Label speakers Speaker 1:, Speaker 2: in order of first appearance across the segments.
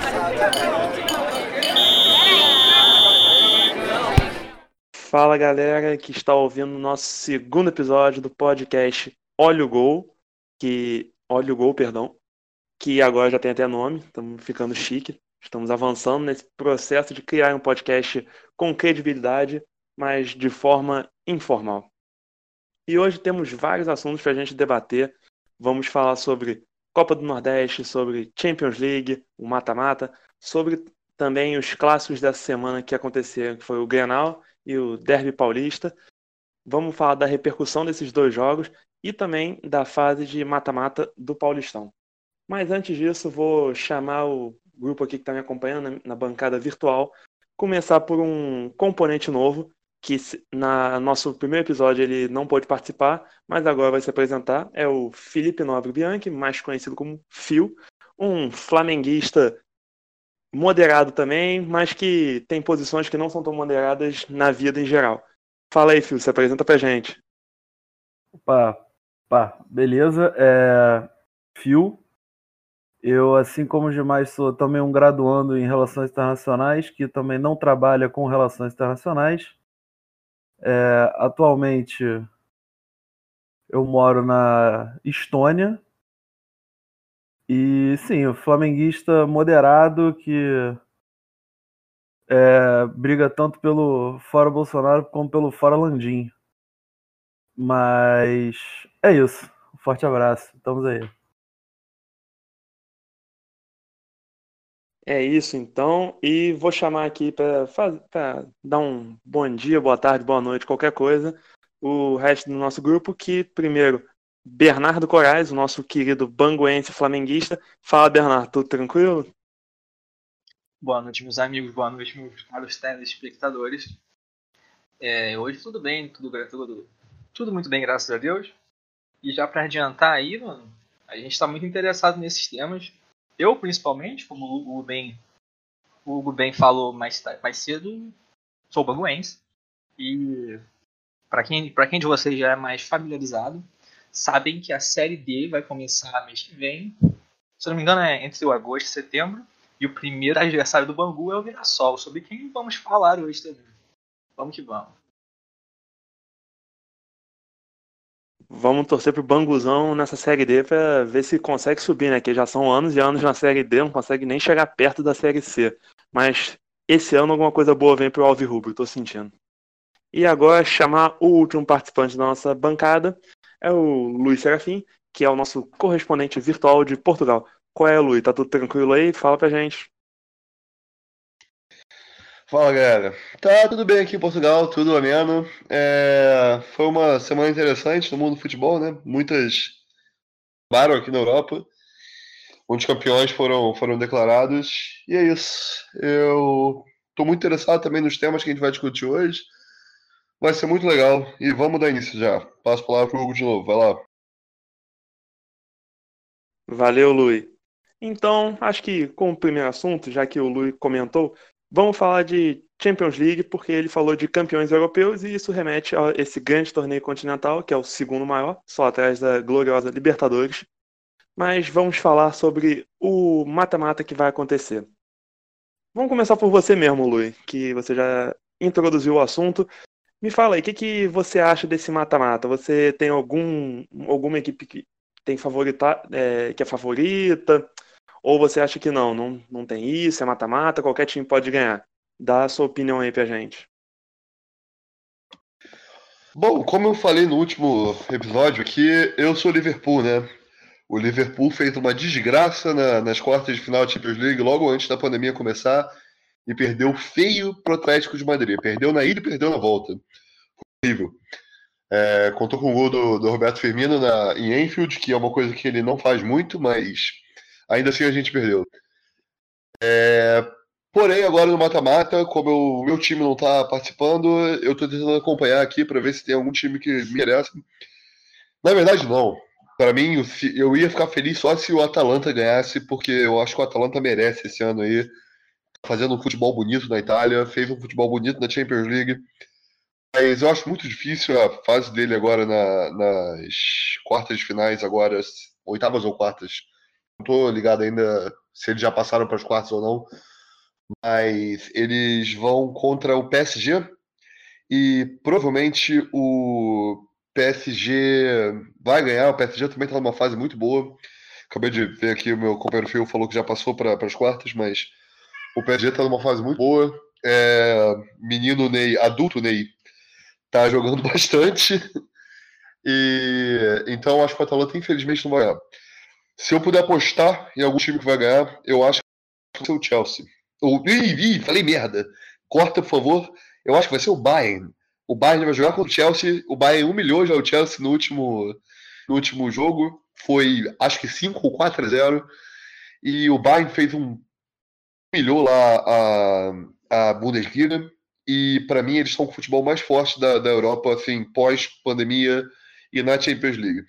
Speaker 1: Fala galera que está ouvindo o nosso segundo episódio do podcast Olha o Gol, que agora já tem até nome, estamos ficando chique, estamos avançando nesse processo de criar um podcast com credibilidade, mas de forma informal. E hoje temos vários assuntos para a gente debater. Vamos falar sobre Copa do Nordeste, sobre Champions League, o mata-mata, sobre também os clássicos dessa semana que aconteceram, que foi o Grenal e o Derby Paulista. Vamos falar da repercussão desses dois jogos e também da fase de mata-mata do Paulistão. Mas antes disso, vou chamar o grupo aqui que está me acompanhando na bancada virtual, começar por um componente novo, que na nosso primeiro episódio ele não pôde participar, mas agora vai se apresentar. É o Felipe Nobre Bianchi, mais conhecido como Phil, um flamenguista moderado também, mas que tem posições que não são tão moderadas na vida em geral. Fala aí, Phil, se apresenta pra gente.
Speaker 2: Beleza. Phil, eu, assim como os demais, sou também um graduando em Relações Internacionais, que também não trabalha com Relações Internacionais. Atualmente, eu moro na Estônia. E, sim, o flamenguista moderado que briga tanto pelo fora Bolsonaro como pelo fora Landim. Mas é isso. Um forte abraço. Estamos aí.
Speaker 1: É isso então, e vou chamar aqui para dar um bom dia, boa tarde, boa noite, qualquer coisa, o resto do nosso grupo, que primeiro, Bernardo Corais, o nosso querido banguense flamenguista. Fala, Bernardo, tudo tranquilo?
Speaker 3: Boa noite, meus amigos, boa noite, meus caros telespectadores. Hoje tudo bem, tudo muito bem, graças a Deus. E já para adiantar aí, mano, a gente está muito interessado nesses temas. Eu, principalmente, como o Hugo bem falou mais cedo, sou banguense. E para quem de vocês já é mais familiarizado, sabem que a Série D vai começar mês que vem. Se eu não me engano, é entre o agosto e setembro. E o primeiro adversário do Bangu é o Mirassol, sobre quem vamos falar hoje também. Vamos que vamos.
Speaker 1: Vamos torcer pro Banguzão nessa Série D para ver se consegue subir, né? Que já são anos e anos na Série D, não consegue nem chegar perto da Série C. Mas esse ano alguma coisa boa vem pro Alvirrubro, tô sentindo. E agora chamar o último participante da nossa bancada, é o Luiz Serafim, que é o nosso correspondente virtual de Portugal. Qual é, Luiz? Tá tudo tranquilo aí? Fala pra gente.
Speaker 4: Fala, galera. Tá tudo bem aqui em Portugal, tudo ameno. Foi uma semana interessante no mundo do futebol, né? Muitas param aqui na Europa, onde campeões foram declarados. E é isso. Eu tô muito interessado também nos temas que a gente vai discutir hoje. Vai ser muito legal. E vamos dar início já. Passo a palavra pro Hugo de novo. Vai lá.
Speaker 1: Valeu, Luiz. Então, acho que como primeiro assunto, já que o Luiz comentou, vamos falar de Champions League, porque ele falou de campeões europeus e isso remete a esse grande torneio continental, que é o segundo maior, só atrás da gloriosa Libertadores. Mas vamos falar sobre o mata-mata que vai acontecer. Vamos começar por você mesmo, Luiz, que você já introduziu o assunto. Me fala aí, o que você acha desse mata-mata? Você tem alguma equipe que tem que é favorita? Ou você acha que não tem isso, é mata-mata, qualquer time pode ganhar? Dá a sua opinião aí pra gente.
Speaker 4: Bom, como eu falei no último episódio aqui, eu sou Liverpool, né? O Liverpool fez uma desgraça nas quartas de final da Champions League logo antes da pandemia começar e perdeu feio pro Atlético de Madrid. Perdeu na ida e perdeu na volta. Horrível. Contou com o gol do Roberto Firmino em Anfield, que é uma coisa que ele não faz muito, mas ainda assim a gente perdeu. Porém, agora no mata-mata, como o meu time não está participando, eu estou tentando acompanhar aqui para ver se tem algum time que me interessa. Na verdade, não. Para mim, eu ia ficar feliz só se o Atalanta ganhasse, porque eu acho que o Atalanta merece esse ano aí, fazendo um futebol bonito na Itália, fez um futebol bonito na Champions League. Mas eu acho muito difícil a fase dele agora nas quartas de finais, agora, oitavas ou quartas. Não estou ligado ainda se eles já passaram para as quartas ou não, mas eles vão contra o PSG e provavelmente o PSG vai ganhar. O PSG também está numa fase muito boa. Acabei de ver aqui, o meu companheiro Phil falou que já passou para as quartas, mas o PSG está numa fase muito boa. Menino Ney, adulto Ney, tá jogando bastante. E então acho que o Atalanta infelizmente não vai ganhar. Se eu puder apostar em algum time que vai ganhar, eu acho que vai ser o Chelsea. Falei merda. Corta, por favor. Eu acho que vai ser o Bayern. O Bayern vai jogar contra o Chelsea. O Bayern humilhou já o Chelsea no último jogo. Foi, acho que 5 ou 4-0. E o Bayern humilhou lá a Bundesliga. E para mim eles estão com o futebol mais forte da Europa, assim, pós-pandemia e na Champions League.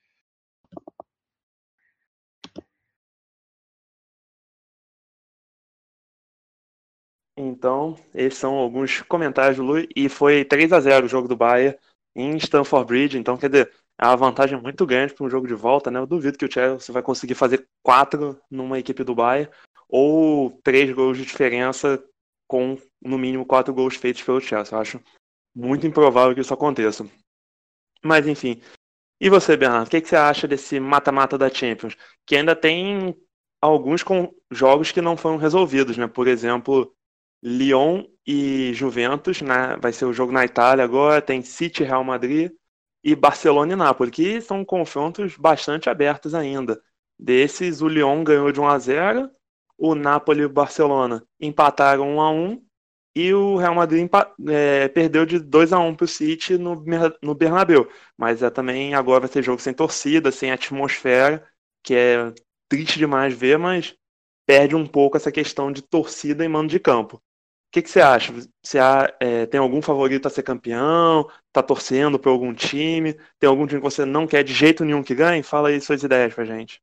Speaker 1: Então, esses são alguns comentários do Lu. E foi 3-0 o jogo do Bayern em Stamford Bridge. Então, quer dizer, é uma vantagem muito grande para um jogo de volta, né? Eu duvido que o Chelsea vai conseguir fazer 4 numa equipe do Bayern ou 3 gols de diferença com, no mínimo, 4 gols feitos pelo Chelsea. Eu acho muito improvável que isso aconteça. Mas, enfim. E você, Bernardo, o que você acha desse mata-mata da Champions? Que ainda tem alguns jogos que não foram resolvidos, né? Por exemplo, Lyon e Juventus, né? Vai ser o jogo na Itália agora. Tem City e Real Madrid e Barcelona e Napoli, que são confrontos bastante abertos ainda. Desses, o Lyon ganhou de 1-0, o Napoli e o Barcelona empataram 1-1 e o Real Madrid perdeu de 2-1 para o City no Bernabéu. Mas também agora vai ter jogo sem torcida, sem atmosfera, que é triste demais ver, mas perde um pouco essa questão de torcida e mando de campo. O que você acha? Você tem algum favorito a ser campeão? Tá torcendo para algum time? Tem algum time que você não quer de jeito nenhum que ganhe? Fala aí suas ideias pra gente.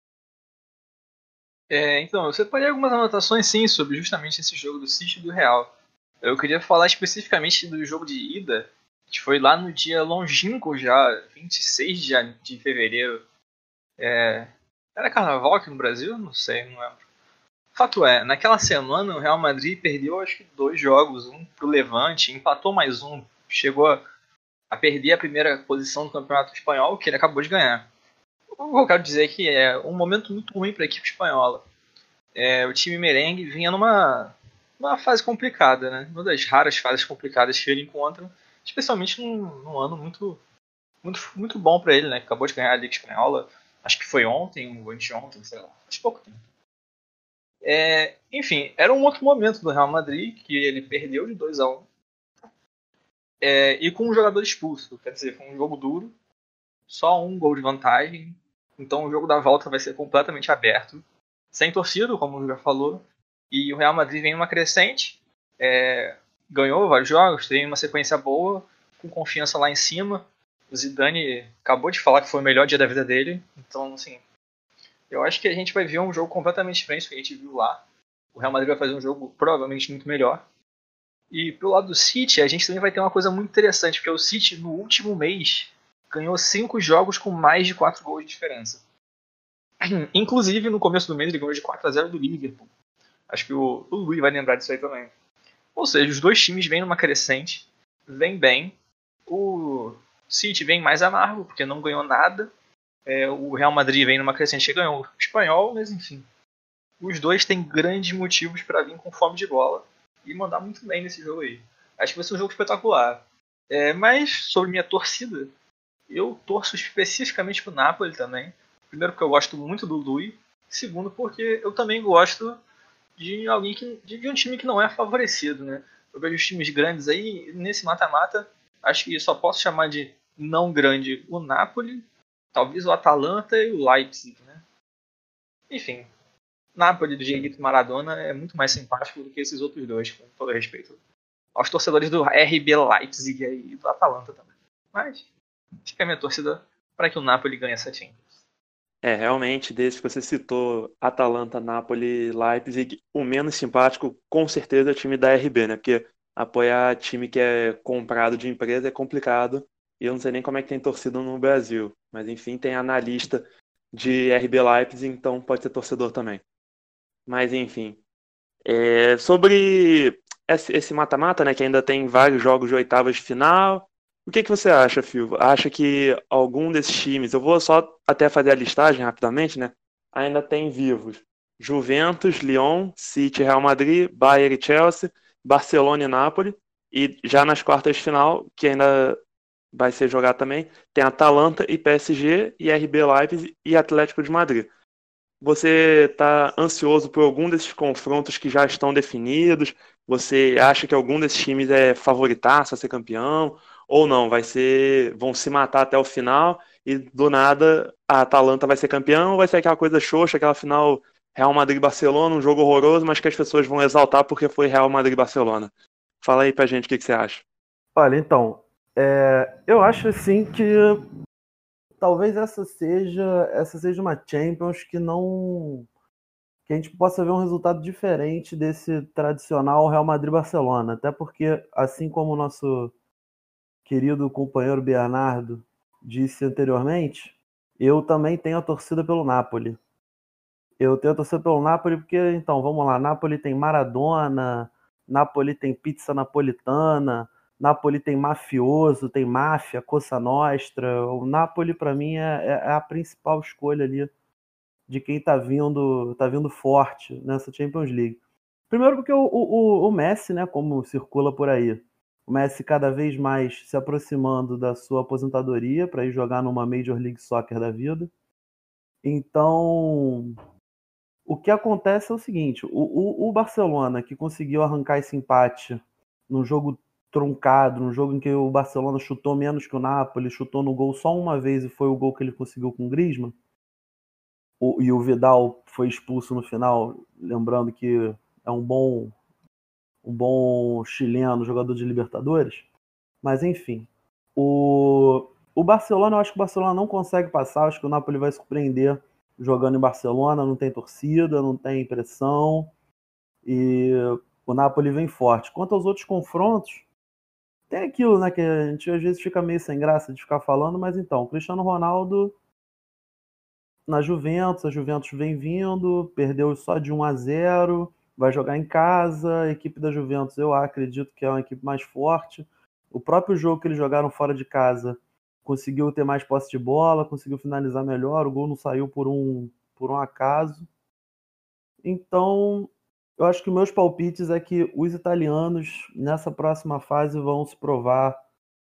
Speaker 3: Então, eu separei algumas anotações sim sobre justamente esse jogo do City e do Real. Eu queria falar especificamente do jogo de ida, que foi lá no dia longínquo já, 26 de fevereiro. Era carnaval aqui no Brasil? Não sei, não lembro. Fato é, naquela semana o Real Madrid perdeu acho que 2 jogos, um pro Levante, empatou mais um, chegou a perder a primeira posição do Campeonato Espanhol, que ele acabou de ganhar. O que eu quero dizer é que é um momento muito ruim para a equipe espanhola. O time merengue vinha numa fase complicada, né? Uma das raras fases complicadas que ele encontra, especialmente num ano muito, muito, muito bom para ele, né? Que acabou de ganhar a Liga Espanhola, acho que foi ontem ou anteontem, sei lá, faz pouco tempo. Enfim, era um outro momento do Real Madrid, que ele perdeu de 2-1, e com um jogador expulso, quer dizer, foi um jogo duro, só um gol de vantagem, então o jogo da volta vai ser completamente aberto, sem torcida, como já falou, e o Real Madrid vem numa crescente, ganhou vários jogos, tem uma sequência boa, com confiança lá em cima. O Zidane acabou de falar que foi o melhor dia da vida dele, então, assim, eu acho que a gente vai ver um jogo completamente diferente do que a gente viu lá. O Real Madrid vai fazer um jogo provavelmente muito melhor. E pro lado do City, a gente também vai ter uma coisa muito interessante, porque o City, no último mês, ganhou 5 jogos com mais de 4 gols de diferença. Inclusive, no começo do mês, ele ganhou de 4-0 do Liverpool. Acho que o Luiz vai lembrar disso aí também. Ou seja, os dois times vêm numa crescente, vêm bem. O City vem mais amargo, porque não ganhou nada. O Real Madrid vem numa crescente e ganhou o espanhol, mas enfim. Os dois têm grandes motivos para vir com fome de bola e mandar muito bem nesse jogo aí. Acho que vai ser um jogo espetacular. Mas sobre minha torcida, eu torço especificamente pro Napoli também. Primeiro porque eu gosto muito do Luiz. Segundo porque eu também gosto de alguém de um time que não é favorecido, né? Eu vejo os times grandes aí, nesse mata-mata, acho que só posso chamar de não grande o Napoli, talvez o Atalanta e o Leipzig, né? Enfim, Napoli do Diego Maradona é muito mais simpático do que esses outros dois, com todo respeito aos torcedores do RB Leipzig e do Atalanta também. Mas fica a minha torcida para que o Napoli ganhe essa Champions.
Speaker 1: Realmente, desde que você citou Atalanta, Napoli, Leipzig, o menos simpático com certeza é o time da RB, né? Porque apoiar time que é comprado de empresa é complicado e eu não sei nem como é que tem torcida no Brasil. Mas enfim, tem analista de RB Leipzig, então pode ser torcedor também. Mas enfim. Sobre esse mata-mata, né, que ainda tem vários jogos de oitavas de final, o que você acha, Phil? Acha que algum desses times, eu vou só até fazer a listagem rapidamente, né? Ainda tem vivos Juventus, Lyon, City, Real Madrid, Bayern e Chelsea, Barcelona e Napoli, e já nas quartas de final, que ainda vai ser jogado também, tem Atalanta e PSG, e RB Leipzig e Atlético de Madrid. Você está ansioso por algum desses confrontos que já estão definidos? Você acha que algum desses times é favoritaço a ser campeão? Ou não? Vão se matar até o final e do nada a Atalanta vai ser campeão? Ou vai ser aquela coisa xoxa, aquela final Real Madrid-Barcelona, um jogo horroroso, mas que as pessoas vão exaltar porque foi Real Madrid-Barcelona? Fala aí pra gente o que você acha.
Speaker 2: Olha, então, eu acho assim que talvez essa seja uma Champions que a gente possa ver um resultado diferente desse tradicional Real Madrid-Barcelona, até porque, assim como o nosso querido companheiro Bernardo disse anteriormente, eu também tenho a torcida pelo Napoli. Eu tenho a torcida pelo Napoli porque, então, vamos lá, Napoli tem Maradona, Napoli tem pizza napolitana, Napoli tem mafioso, tem máfia, Cosa Nostra. O Napoli, para mim, é a principal escolha ali de quem tá vindo forte nessa Champions League. Primeiro porque o Messi, né, como circula por aí, o Messi cada vez mais se aproximando da sua aposentadoria para ir jogar numa Major League Soccer da vida. Então, o que acontece é o seguinte, o Barcelona, que conseguiu arrancar esse empate num jogo truncado, num jogo em que o Barcelona chutou menos que o Napoli, chutou no gol só uma vez e foi o gol que ele conseguiu com o Griezmann, e o Vidal foi expulso no final, lembrando que é um bom chileno, jogador de Libertadores. Mas enfim, o Barcelona, eu acho que o Barcelona não consegue passar, acho que o Napoli vai surpreender jogando em Barcelona, não tem torcida, não tem pressão, e o Napoli vem forte. Quanto aos outros confrontos, tem aquilo, né, que a gente às vezes fica meio sem graça de ficar falando, mas então, o Cristiano Ronaldo na Juventus, a Juventus vem vindo, perdeu só de 1-0, vai jogar em casa, a equipe da Juventus eu acredito que é uma equipe mais forte. O próprio jogo que eles jogaram fora de casa conseguiu ter mais posse de bola, conseguiu finalizar melhor, o gol não saiu por um acaso. Então, eu acho que meus palpites é que os italianos, nessa próxima fase, vão se provar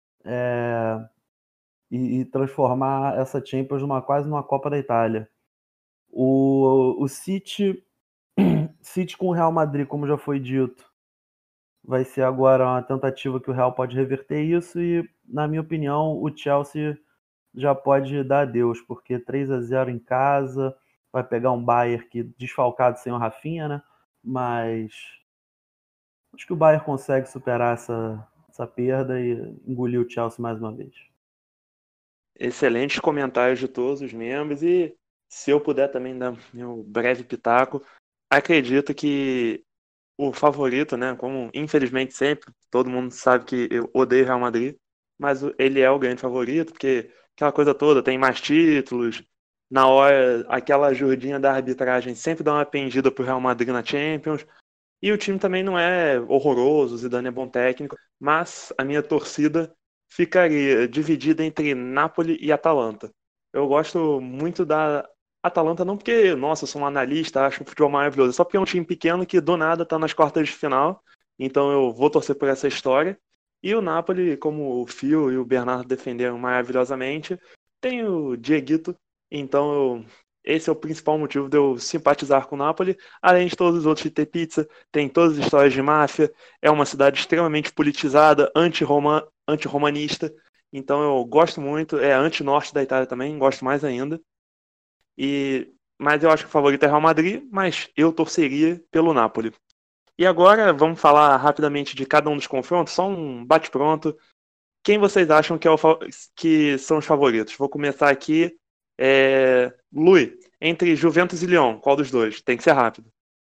Speaker 2: e transformar essa Champions quase numa Copa da Itália. O City com o Real Madrid, como já foi dito, vai ser agora uma tentativa que o Real pode reverter isso e, na minha opinião, o Chelsea já pode dar adeus, porque 3-0 em casa, vai pegar um Bayern que desfalcado sem o Rafinha, né? Mas acho que o Bayern consegue superar essa perda e engolir o Chelsea mais uma vez.
Speaker 1: Excelentes comentários de todos os membros e se eu puder também dar meu breve pitaco, acredito que o favorito, né, como infelizmente sempre, todo mundo sabe que eu odeio Real Madrid, mas ele é o grande favorito, porque aquela coisa toda, tem mais títulos, na hora, aquela ajudinha da arbitragem sempre dá uma pendida pro Real Madrid na Champions, e o time também não é horroroso, o Zidane é bom técnico, mas a minha torcida ficaria dividida entre Napoli e Atalanta. Eu gosto muito da Atalanta, não porque, nossa, eu sou um analista, acho o futebol maravilhoso, só porque é um time pequeno que do nada tá nas quartas de final, então eu vou torcer por essa história. E o Napoli, como o Phil e o Bernardo defenderam maravilhosamente, tem o Dieguito, então esse é o principal motivo de eu simpatizar com o Napoli, além de todos os outros de ter pizza, tem todas as histórias de máfia, é uma cidade extremamente politizada, anti-romanista, então eu gosto muito, é anti-norte da Itália também, gosto mais ainda. Mas eu acho que o favorito é Real Madrid, mas eu torceria pelo Napoli. E agora vamos falar rapidamente de cada um dos confrontos, só um bate-pronto. Quem vocês acham que são os favoritos? Vou começar aqui. Lui, entre Juventus e Lyon, qual dos dois? Tem que ser rápido.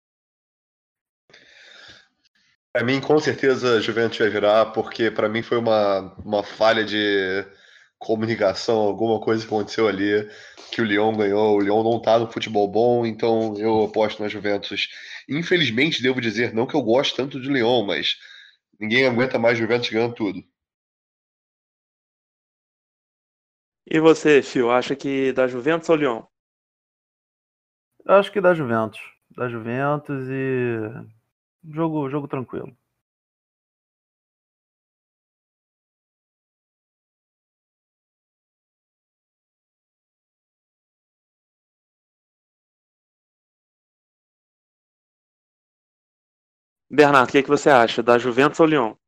Speaker 4: Para mim, com certeza, a Juventus vai virar, porque para mim foi uma falha comunicação, alguma coisa que aconteceu ali, que o Lyon ganhou. O Lyon não tá no futebol bom, então eu aposto na Juventus. Infelizmente, devo dizer, não que eu goste tanto de Lyon, mas ninguém aguenta mais Juventus ganhando tudo.
Speaker 1: E você, Fio, acha que da Juventus ou Lyon?
Speaker 2: Eu acho que da Juventus. Da Juventus e jogo tranquilo.
Speaker 1: Bernardo, o que você acha? Da Juventus ou Lyon?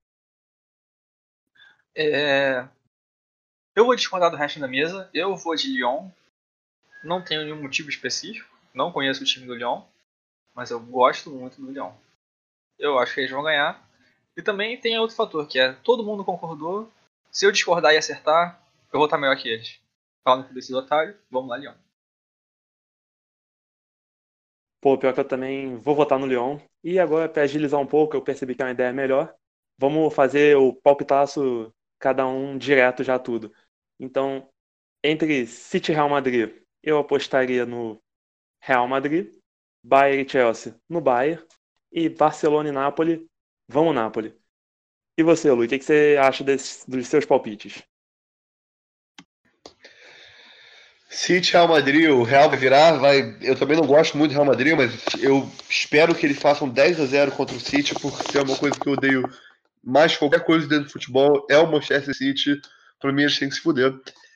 Speaker 3: Eu vou discordar do resto da mesa. Eu vou de Lyon. Não tenho nenhum motivo específico. Não conheço o time do Lyon. Mas eu gosto muito do Lyon. Eu acho que eles vão ganhar. E também tem outro fator, que é todo mundo concordou. Se eu discordar e acertar, eu vou estar melhor que eles. Falando desses otários, vamos lá, Lyon.
Speaker 1: Pô, pior que eu também vou votar no Lyon. E agora, para agilizar um pouco, eu percebi que é uma ideia melhor. Vamos fazer o palpitaço, cada um direto já tudo. Então, entre City e Real Madrid, eu apostaria no Real Madrid. Bayern e Chelsea no Bayern. E Barcelona e Napoli, vamos Napoli. E você, Lu, o que você acha dos seus palpites?
Speaker 4: City, Real Madrid, o Real vai virar, vai. Eu também não gosto muito do Real Madrid, mas eu espero que eles façam 10-0 contra o City, porque é uma coisa que eu odeio mais que qualquer coisa dentro do futebol, é o Manchester City. Pra mim, eles têm que se fuder.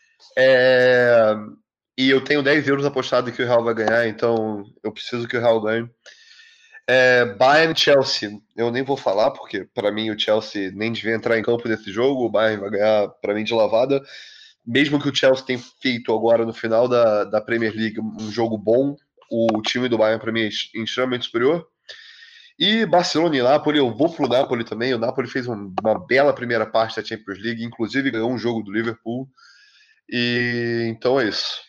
Speaker 4: E eu tenho 10 euros apostado que o Real vai ganhar, então eu preciso que o Real ganhe. Bayern e Chelsea, eu nem vou falar, porque para mim o Chelsea nem devia entrar em campo nesse jogo, o Bayern vai ganhar para mim de lavada. Mesmo que o Chelsea tenha feito agora no final da Premier League um jogo bom, o time do Bayern para mim é extremamente superior. E Barcelona e Napoli, eu vou pro Napoli também. O Napoli fez uma bela primeira parte da Champions League, inclusive ganhou um jogo do Liverpool. E então é isso.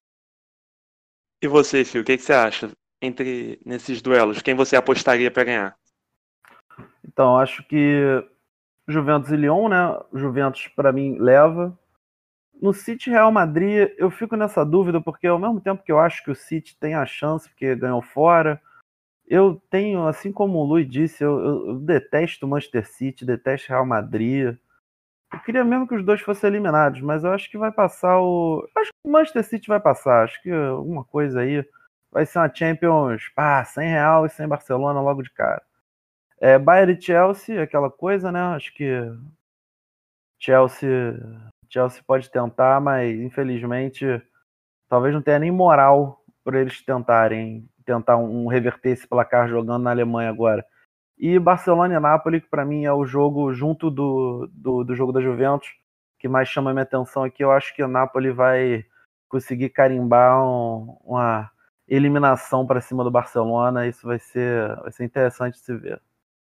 Speaker 1: E você, Fio, o que você acha? Entre nesses duelos, quem você apostaria para ganhar?
Speaker 2: Então, acho que Juventus e Lyon, né? Juventus, para mim, leva. No City Real Madrid, eu fico nessa dúvida, porque ao mesmo tempo que eu acho que o City tem a chance, porque ganhou fora, eu tenho, assim como o Luiz disse, eu detesto o Manchester City, detesto o Real Madrid. Eu queria mesmo que os dois fossem eliminados, mas eu acho que vai passar o. Acho que o Manchester City vai passar. Acho que alguma coisa aí. Vai ser uma Champions, sem Real e sem Barcelona logo de cara. Bayern e Chelsea, aquela coisa, né? Acho que Chelsea, Chelsea pode tentar, mas infelizmente talvez não tenha nem moral para eles tentar reverter esse placar jogando na Alemanha agora. E Barcelona e Napoli, que para mim é o jogo junto do jogo da Juventus que mais chama a minha atenção aqui. Eu acho que o Napoli vai conseguir carimbar uma eliminação para cima do Barcelona. Isso vai ser interessante de se ver.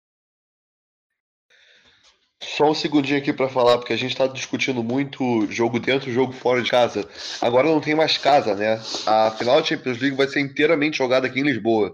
Speaker 4: Só um segundinho aqui para falar, porque a gente está discutindo muito jogo dentro, jogo fora de casa. Agora não tem mais casa, né? A final da Champions League vai ser inteiramente jogada aqui em Lisboa.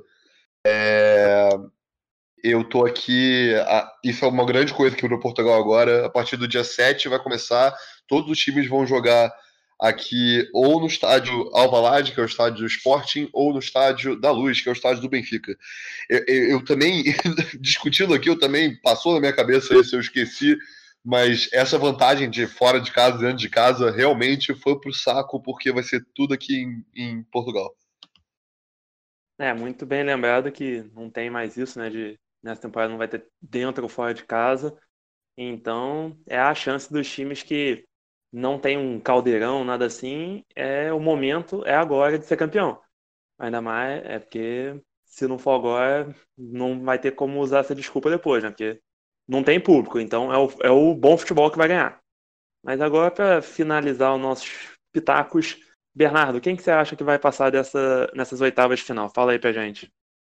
Speaker 4: Eu tô aqui. Isso é uma grande coisa aqui para Portugal agora. A partir do dia 7 vai começar. Todos os times vão jogar aqui ou no estádio Alvalade, que é o estádio do Sporting, ou no estádio da Luz, que é o estádio do Benfica. Eu também, discutindo aqui, eu também passou na minha cabeça isso, eu esqueci, mas essa vantagem de fora de casa, dentro de casa, realmente foi pro saco, porque vai ser tudo aqui em Portugal.
Speaker 1: Muito bem lembrado que não tem mais isso, né? Nessa temporada não vai ter dentro ou fora de casa. Então, é a chance dos times que não tem um caldeirão, nada assim. O momento é agora de ser campeão. Ainda mais é porque se não for agora, não vai ter como usar essa desculpa depois, né? Porque não tem público. Então, é o bom futebol que vai ganhar. Mas agora, para finalizar os nossos pitacos, Bernardo, quem que você acha que vai passar nessas oitavas de final? Fala aí pra gente.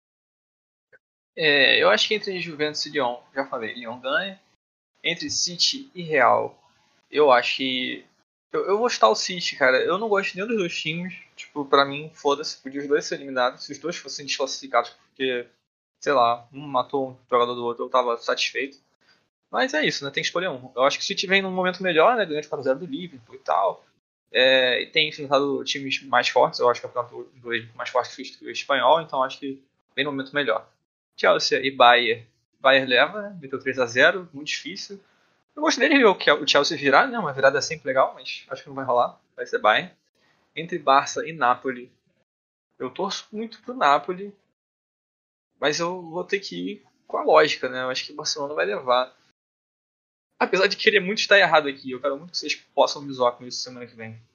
Speaker 3: Eu acho que entre Juventus e Lyon, já falei, Lyon ganha. Entre City e Real, eu acho que. Eu vou estar o City, cara. Eu não gosto nenhum dos dois times. Tipo, pra mim, foda-se, podia os dois ser eliminados. Se os dois fossem desclassificados, porque, sei lá, um matou um jogador do outro, eu tava satisfeito. Mas é isso, né? Tem que escolher um. Eu acho que o City vem num momento melhor, né? Ganhou de 4x0 do Liverpool e tal. E tem enfrentado times mais fortes. Eu acho que é o campeonato inglês mais forte que o espanhol, então acho que vem num momento melhor. Chelsea e Bayern. Bayern leva, né? Meteu 3x0, muito difícil. Eu gostaria de ver o Chelsea virar, né? Uma virada é sempre legal, mas acho que não vai rolar. Vai ser Bayern. Entre Barça e Napoli. Eu torço muito pro Napoli, mas eu vou ter que ir com a lógica, né? Eu acho que o Barcelona vai levar. Apesar de querer muito estar errado aqui, eu quero muito que vocês possam me zoar com isso semana que vem.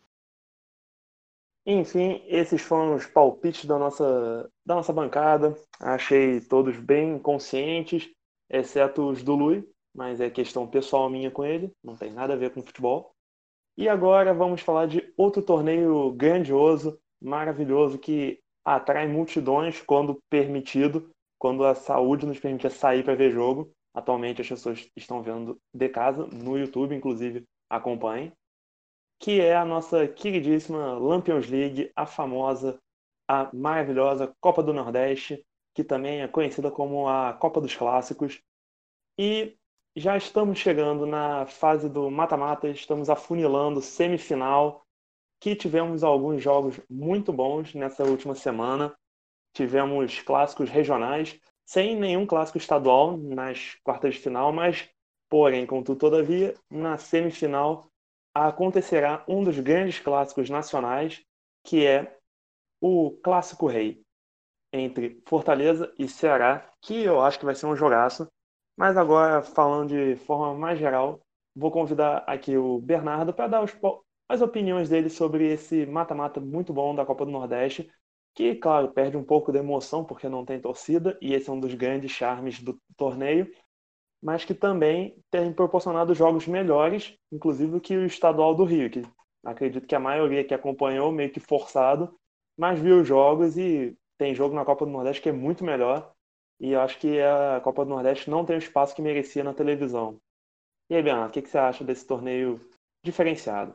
Speaker 1: Enfim, esses foram os palpites da nossa bancada. Achei todos bem conscientes, exceto os do Lui, mas é questão pessoal minha com ele, não tem nada a ver com futebol. E agora vamos falar de outro torneio grandioso, maravilhoso, que atrai multidões quando permitido, quando a saúde nos permite sair para ver jogo. Atualmente as pessoas estão vendo de casa, no YouTube, inclusive, acompanhem, que é a nossa queridíssima Lampions League, a famosa, a maravilhosa Copa do Nordeste, que também é conhecida como a Copa dos Clássicos. E já estamos chegando na fase do mata-mata, estamos afunilando semifinal, que tivemos alguns jogos muito bons nessa última semana. Tivemos clássicos regionais, sem nenhum clássico estadual nas quartas de final, mas, porém, contudo, todavia, na semifinal acontecerá um dos grandes clássicos nacionais, que é o Clássico Rei, entre Fortaleza e Ceará, que eu acho que vai ser um jogaço. Mas agora, falando de forma mais geral, vou convidar aqui o Bernardo para dar as opiniões dele sobre esse mata-mata muito bom da Copa do Nordeste, que, claro, perde um pouco da emoção porque não tem torcida, e esse é um dos grandes charmes do torneio, mas que também tem proporcionado jogos melhores, inclusive do que o Estadual do Rio, que acredito que a maioria que acompanhou meio que forçado, mas viu os jogos e tem jogo na Copa do Nordeste que é muito melhor, e eu acho que a Copa do Nordeste não tem o espaço que merecia na televisão. E aí, Bernardo, o que você acha desse torneio diferenciado?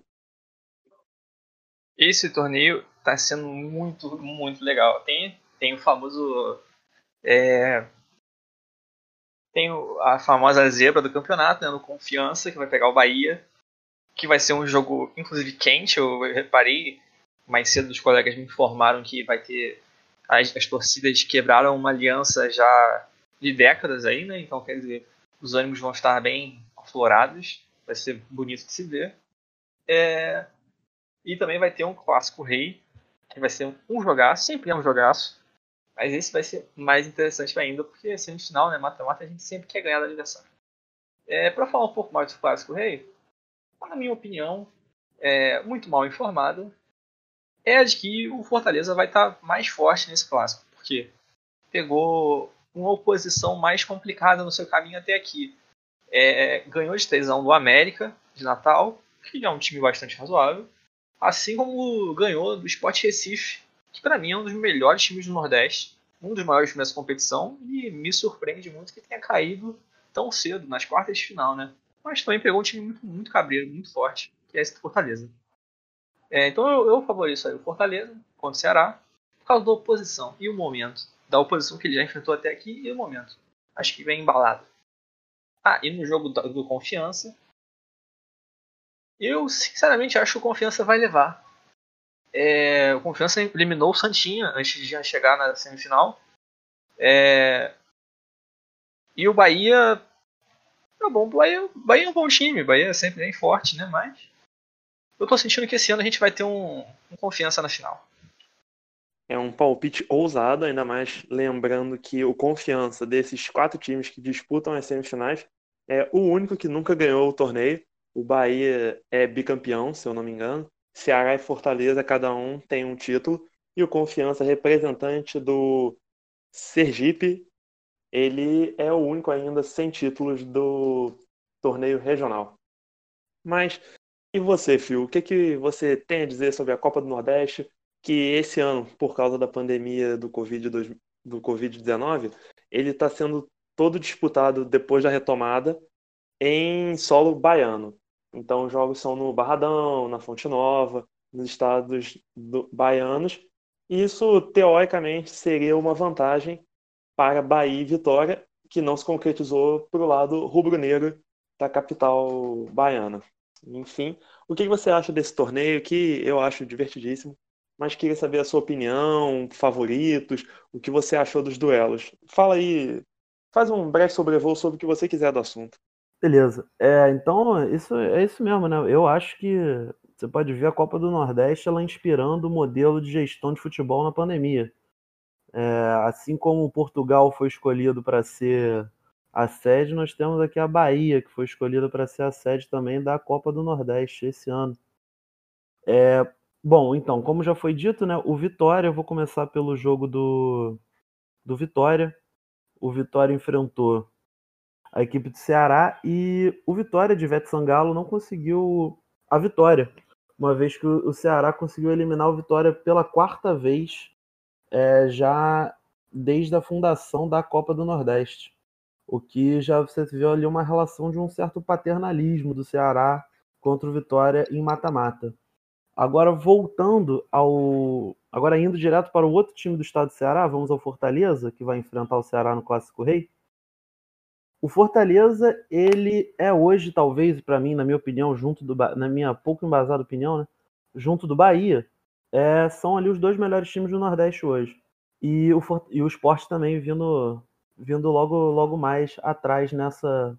Speaker 3: Esse torneio está sendo muito, muito legal. Tem o famoso. Tem a famosa zebra do campeonato, né, no Confiança, que vai pegar o Bahia, que vai ser um jogo, inclusive, quente. Eu reparei mais cedo, os colegas me informaram que vai ter. As torcidas quebraram uma aliança já de décadas aí, né? Então, quer dizer, os ânimos vão estar bem aflorados. Vai ser bonito de se ver. E também vai ter um Clássico Rei, que vai ser um jogaço, sempre é um jogaço. Mas esse vai ser mais interessante ainda, porque semifinal, né, mata-mata, a gente sempre quer ganhar do adversário. Para falar um pouco mais do Clássico Rei, na minha opinião, muito mal informada, é a de que o Fortaleza vai estar mais forte nesse clássico, porque pegou uma oposição mais complicada no seu caminho até aqui. Ganhou de 3x1 do América, de Natal, que é um time bastante razoável, assim como ganhou do Sport Recife, que para mim é um dos melhores times do Nordeste, um dos maiores times dessa competição, e me surpreende muito que tenha caído tão cedo, nas quartas de final, né? Mas também pegou um time muito, muito cabreiro, muito forte, que é esse do Fortaleza. Então eu favorizo aí o Fortaleza contra o Ceará, por causa da oposição e o momento. Da oposição que ele já enfrentou até aqui e o momento. Acho que vem embalado. E no jogo do Confiança, eu sinceramente acho que o Confiança vai levar. O Confiança eliminou o Santinha antes de chegar na semifinal. E o Bahia. É bom, o Bahia é um bom time, o Bahia é sempre bem forte, né? Mas eu tô sentindo que esse ano a gente vai ter um Confiança na final.
Speaker 1: É um palpite ousado, ainda mais lembrando que o Confiança desses 4 times que disputam as semifinais é o único que nunca ganhou o torneio. O Bahia é bicampeão, se eu não me engano. Ceará e Fortaleza, cada um tem um título. E o Confiança, representante do Sergipe, ele é o único ainda sem títulos do torneio regional. Mas e você, Phil? O que você tem a dizer sobre a Copa do Nordeste? Que esse ano, por causa da pandemia do Covid-19, ele está sendo todo disputado depois da retomada em solo baiano. Então, os jogos são no Barradão, na Fonte Nova, nos estados baianos. E isso, teoricamente, seria uma vantagem para Bahia e Vitória, que não se concretizou para o lado rubro-negro da capital baiana. Enfim, o que você acha desse torneio, que eu acho divertidíssimo, mas queria saber a sua opinião, favoritos, o que você achou dos duelos. Fala aí, faz um breve sobrevoo sobre o que você quiser do assunto.
Speaker 2: Beleza. Então, é isso mesmo, né? Eu acho que você pode ver a Copa do Nordeste ela inspirando o modelo de gestão de futebol na pandemia. Assim como Portugal foi escolhido para ser a sede, nós temos aqui a Bahia, que foi escolhida para ser a sede também da Copa do Nordeste esse ano. Bom, então, como já foi dito, né? O Vitória, eu vou começar pelo jogo do Vitória. O Vitória enfrentou a equipe do Ceará e o Vitória de Ivete Sangalo não conseguiu a vitória, uma vez que o Ceará conseguiu eliminar o Vitória pela quarta vez, já desde a fundação da Copa do Nordeste, o que já você viu ali uma relação de um certo paternalismo do Ceará contra o Vitória em mata-mata. Agora agora indo direto para o outro time do estado do Ceará, vamos ao Fortaleza, que vai enfrentar o Ceará no Clássico Rei. O Fortaleza, ele é hoje, talvez, para mim, na minha opinião, na minha pouco embasada opinião, né, junto do Bahia, são ali os dois melhores times do Nordeste hoje. E o Sport também vindo logo mais atrás nessa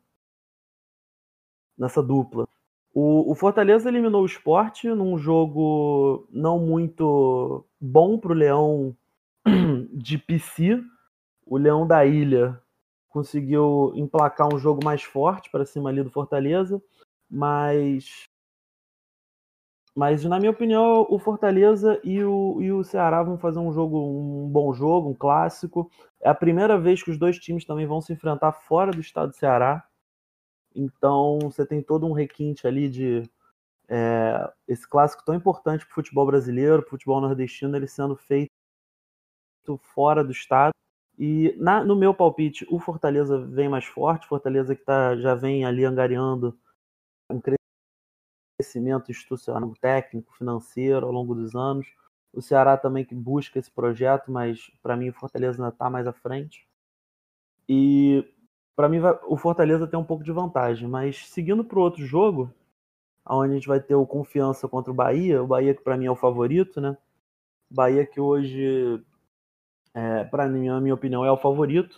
Speaker 2: dupla. O Fortaleza eliminou o Sport num jogo não muito bom para o Leão de PC. O Leão da Ilha conseguiu emplacar um jogo mais forte para cima ali do Fortaleza, mas na minha opinião o Fortaleza e o Ceará vão fazer um bom jogo, um clássico. É a primeira vez que os dois times também vão se enfrentar fora do estado do Ceará, então você tem todo um requinte ali de esse clássico tão importante para o futebol brasileiro, para o futebol nordestino, ele sendo feito fora do estado. E no meu palpite, o Fortaleza vem mais forte, Fortaleza que já vem ali angariando um crescimento institucional, técnico, financeiro ao longo dos anos. O Ceará também que busca esse projeto, mas para mim o Fortaleza ainda está mais à frente. E para mim o Fortaleza tem um pouco de vantagem, mas seguindo para o outro jogo, onde a gente vai ter o Confiança contra o Bahia que para mim é o favorito, né? Bahia que hoje para mim, na minha opinião, é o favorito.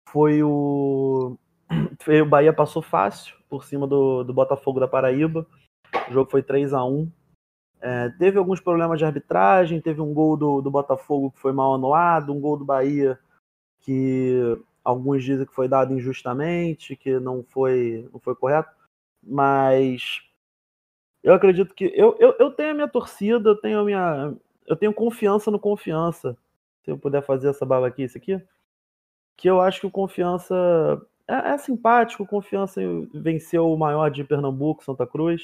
Speaker 2: O Bahia passou fácil por cima do Botafogo da Paraíba. O jogo foi 3-1. Teve alguns problemas de arbitragem, teve um gol do Botafogo que foi mal anulado, um gol do Bahia que alguns dizem que foi dado injustamente, que não foi correto. Mas eu acredito que eu tenho a minha torcida, eu tenho confiança no Confiança. Se eu puder fazer essa babaquice aqui, que eu acho que o Confiança é simpático. O Confiança venceu o maior de Pernambuco, Santa Cruz.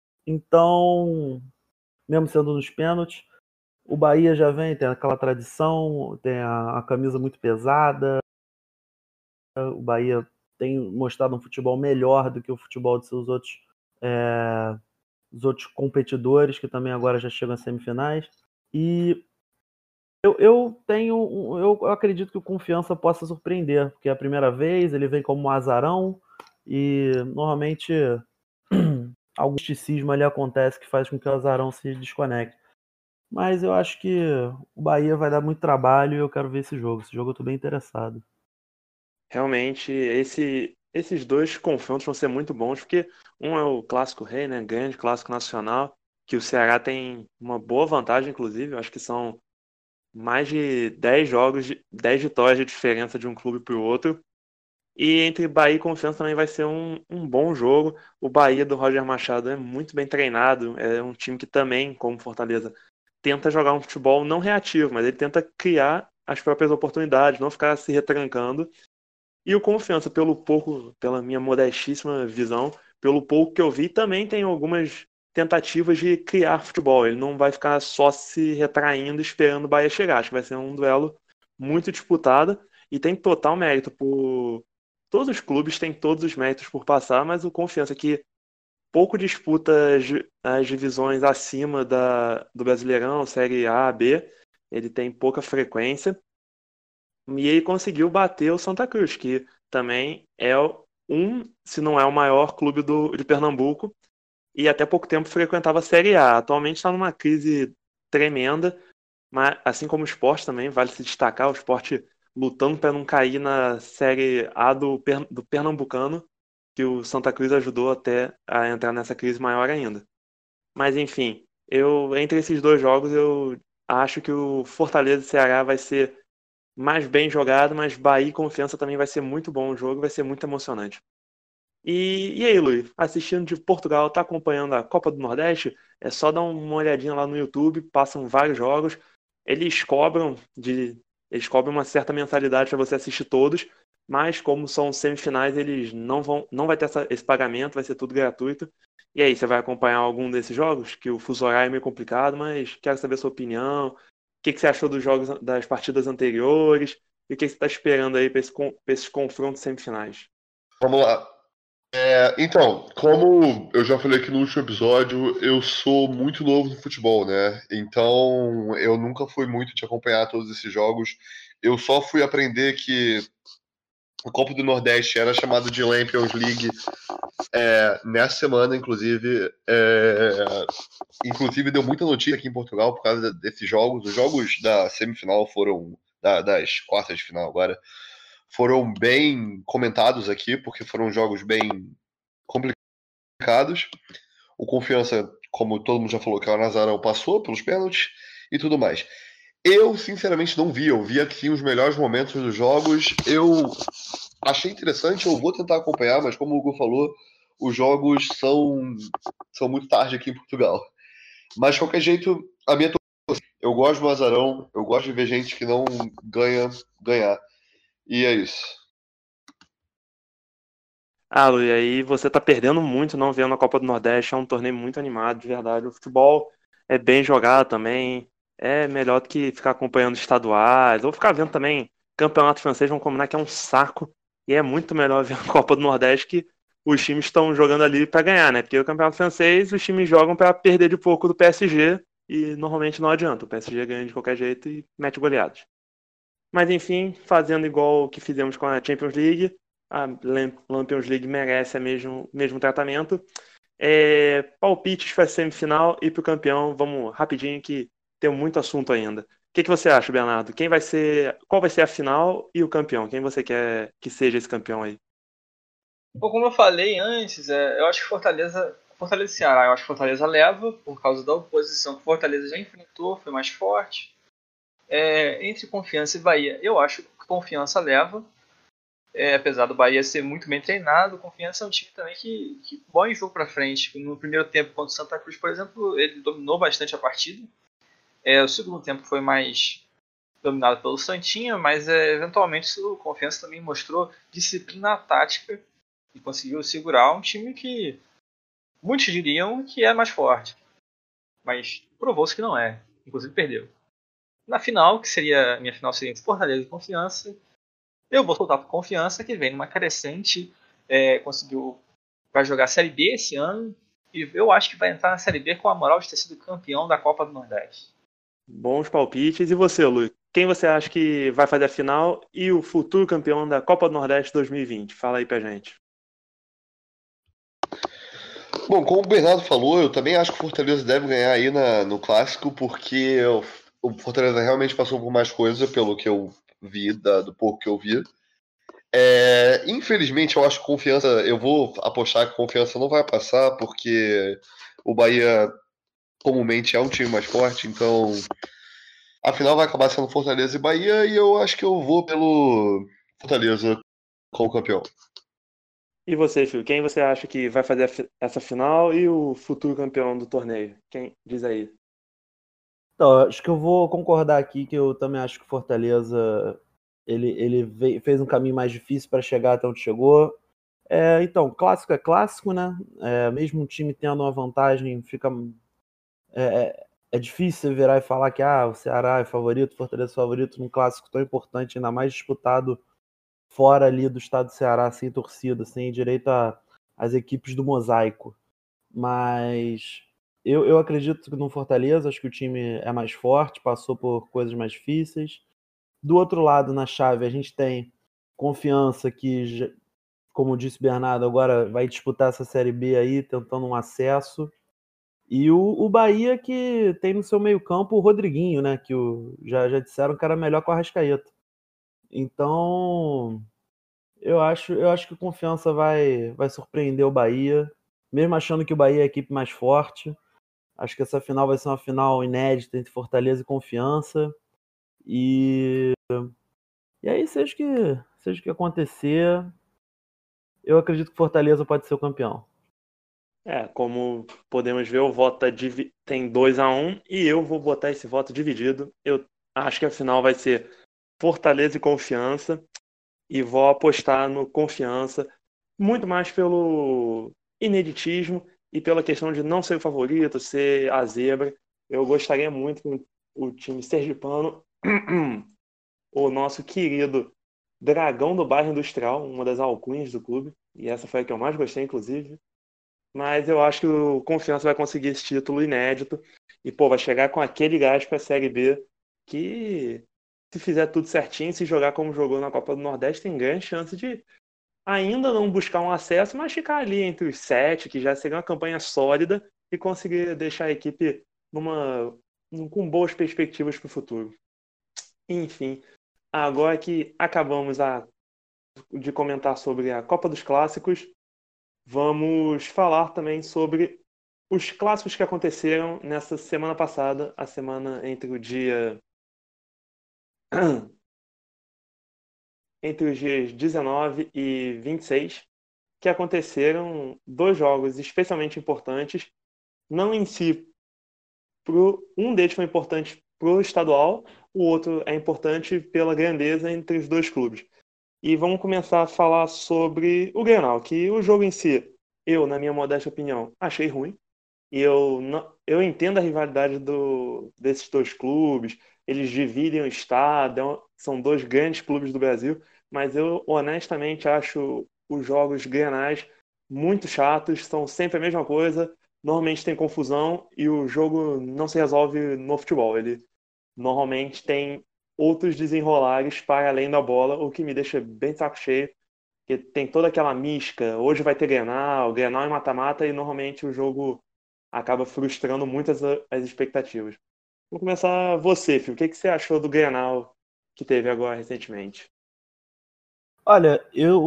Speaker 2: Então, mesmo sendo nos pênaltis, o Bahia já tem aquela tradição, tem a camisa muito pesada. O Bahia tem mostrado um futebol melhor do que o futebol de seus outros competidores, que também agora já chegam às semifinais. E eu acredito que o Confiança possa surpreender, porque é a primeira vez, ele vem como um azarão e normalmente algum misticismo ali acontece que faz com que o azarão se desconecte. Mas eu acho que o Bahia vai dar muito trabalho e eu quero ver esse jogo. Esse jogo eu tô bem interessado.
Speaker 1: Realmente, esses dois confrontos vão ser muito bons, porque um é o Clássico Rei, né? Grande clássico nacional, que o Ceará tem uma boa vantagem, inclusive. Eu acho que são mais de 10 jogos, 10 vitórias de diferença de um clube para o outro. E entre Bahia e Confiança também vai ser um bom jogo. O Bahia do Roger Machado é muito bem treinado, é um time que também, como Fortaleza, tenta jogar um futebol não reativo, mas ele tenta criar as próprias oportunidades, não ficar se retrancando. E o Confiança, pela minha modestíssima visão, pelo pouco que eu vi, também tem algumas tentativas de criar futebol. Ele não vai ficar só se retraindo esperando o Bahia chegar. Acho que vai ser um duelo muito disputado e tem total mérito por... Todos os clubes têm todos os méritos por passar, mas o Confiança que pouco disputa as divisões acima do Brasileirão, Série A, B, ele tem pouca frequência. E ele conseguiu bater o Santa Cruz, que também é se não é o maior clube de Pernambuco, e até pouco tempo frequentava a Série A. Atualmente está numa crise tremenda, mas assim como o Sport também, vale se destacar, o Sport lutando para não cair na Série A do Pernambucano, que o Santa Cruz ajudou até a entrar nessa crise maior ainda. Mas enfim, entre esses dois jogos eu acho que o Fortaleza e Ceará vai ser mais bem jogado, mas Bahia e Confiança também vai ser muito bom o jogo, vai ser muito emocionante. E aí, Luiz, assistindo de Portugal, tá acompanhando a Copa do Nordeste? É só dar uma olhadinha lá no YouTube, passam vários jogos. Eles cobram eles cobram uma certa mensalidade para você assistir todos, mas como são semifinais, eles não vai ter esse pagamento, vai ser tudo gratuito. E aí, você vai acompanhar algum desses jogos? Que o fuso horário é meio complicado, mas quero saber a sua opinião. O que você achou dos jogos das partidas anteriores? E o que você está esperando aí para esses confrontos semifinais?
Speaker 4: Vamos lá. Então, como eu já falei aqui no último episódio, eu sou muito novo no futebol, né? Então, eu nunca fui muito de acompanhar todos esses jogos. Eu só fui aprender que a Copa do Nordeste era chamada de Champions League nessa semana, inclusive. Inclusive, deu muita notícia aqui em Portugal por causa desses jogos. Os jogos da semifinal das quartas de final agora, foram bem comentados aqui, porque foram jogos bem complicados. O Confiança, como todo mundo já falou, que é o Nazarão, passou pelos pênaltis e tudo mais. Eu, sinceramente, não vi. Eu vi aqui os melhores momentos dos jogos. Eu achei interessante, eu vou tentar acompanhar, mas como o Hugo falou, os jogos são muito tarde aqui em Portugal. Mas, de qualquer jeito, eu gosto do Azarão, eu gosto de ver gente que não ganhar. E é isso.
Speaker 1: Ah, Lu, e aí você tá perdendo muito não vendo a Copa do Nordeste, é um torneio muito animado, de verdade. O futebol é bem jogado também, é melhor do que ficar acompanhando estaduais, ou ficar vendo também campeonato francês, vão combinar que é um saco, e é muito melhor ver a Copa do Nordeste que os times estão jogando ali para ganhar, né? Porque o campeonato francês, os times jogam para perder de pouco do PSG, e normalmente não adianta, o PSG ganha de qualquer jeito e mete goleadas. Mas enfim, fazendo igual o que fizemos com a Champions League, a Champions League merece o mesmo tratamento. Palpites para a semifinal e para o campeão. Vamos rapidinho que tem muito assunto ainda. O que você acha, Bernardo? Qual vai ser a final e o campeão? Quem você quer que seja esse campeão aí?
Speaker 3: Bom, como eu falei antes, eu acho que Fortaleza e Ceará, eu acho que Fortaleza leva por causa da oposição que Fortaleza já enfrentou, foi mais forte. Entre Confiança e Bahia, eu acho que Confiança leva. Apesar do Bahia ser muito bem treinado, Confiança é um time também que bom em jogo para frente. No primeiro tempo contra o Santa Cruz, por exemplo, ele dominou bastante a partida. O segundo tempo foi mais dominado pelo Santinha, mas eventualmente o Confiança também mostrou disciplina tática e conseguiu segurar um time que muitos diriam que é mais forte, mas provou-se que não é, inclusive perdeu. Na final, que seria a minha final seria entre Fortaleza e Confiança, eu vou soltar para Confiança, que vem numa crescente, vai jogar a Série B esse ano, e eu acho que vai entrar na Série B com a moral de ter sido campeão da Copa do Nordeste.
Speaker 1: Bons palpites. E você, Lu? Quem você acha que vai fazer a final e o futuro campeão da Copa do Nordeste 2020? Fala aí pra gente.
Speaker 4: Bom, como o Bernardo falou, eu também acho que o Fortaleza deve ganhar aí no Clássico, porque o Fortaleza realmente passou por mais coisa, pelo que eu vi, do pouco que eu vi. Infelizmente, eu acho que eu vou apostar que Confiança não vai passar, porque o Bahia comumente é um time mais forte, então a final vai acabar sendo Fortaleza e Bahia, e eu acho que eu vou pelo Fortaleza como campeão.
Speaker 1: E você, Fio? Quem você acha que vai fazer essa final e o futuro campeão do torneio? Quem diz aí?
Speaker 2: Então, acho que eu vou concordar aqui que eu também acho que o Fortaleza fez um caminho mais difícil para chegar até onde chegou. Então, clássico é clássico, né? Mesmo um time tendo uma vantagem, é difícil você virar e falar que o Ceará é favorito, Fortaleza é favorito num clássico tão importante, ainda mais disputado fora ali do estado do Ceará, sem torcida, sem direito às equipes do mosaico. Mas eu acredito que no Fortaleza, acho que o time é mais forte, passou por coisas mais difíceis. Do outro lado, na chave, a gente tem Confiança, que como disse o Bernardo, agora vai disputar essa Série B aí, tentando um acesso. E o Bahia, que tem no seu meio-campo o Rodriguinho, né? Que já disseram que era melhor com o Arrascaeta. Então, eu acho que o Confiança vai surpreender o Bahia, mesmo achando que o Bahia é a equipe mais forte. Acho que essa final vai ser uma final inédita entre Fortaleza e Confiança. E aí, seja o que acontecer, eu acredito que Fortaleza pode ser o campeão.
Speaker 1: Como podemos ver, o voto tem 2-1 e eu vou botar esse voto dividido. Eu acho que a final vai ser Fortaleza e Confiança e vou apostar no Confiança, muito mais pelo ineditismo e pela questão de não ser o favorito, ser a zebra. Eu gostaria muito que o time sergipano, o nosso querido Dragão do Bairro Industrial, uma das alcunhas do clube, e essa foi a que eu mais gostei, inclusive. Mas eu acho que o Confiança vai conseguir esse título inédito e, vai chegar com aquele gás para a Série B que, se fizer tudo certinho, se jogar como jogou na Copa do Nordeste, tem grande chance de ainda não buscar um acesso, mas ficar ali entre os 7, que já seria uma campanha sólida e conseguir deixar a equipe com boas perspectivas para o futuro. Enfim, agora que acabamos de comentar sobre a Copa dos Clássicos, vamos falar também sobre os clássicos que aconteceram nessa semana passada, a semana entre os dias 19 e 26, que aconteceram 2 jogos especialmente importantes, não em si, um deles foi importante para o estadual, o outro é importante pela grandeza entre os dois clubes. E vamos começar a falar sobre o Grenal, que o jogo em si, eu, na minha modesta opinião, achei ruim. E eu entendo a rivalidade desses dois clubes, eles dividem o estado, são 2 grandes clubes do Brasil, mas eu honestamente acho os jogos grenais muito chatos, são sempre a mesma coisa, normalmente tem confusão e o jogo não se resolve no futebol, ele normalmente tem outros desenrolares para além da bola, o que me deixa bem de saco cheio, porque tem toda aquela mística, hoje vai ter Grenal é mata-mata e normalmente o jogo acaba frustrando muito as expectativas. Vou começar você, Fio. O que você achou do Grenal que teve agora recentemente?
Speaker 2: Olha,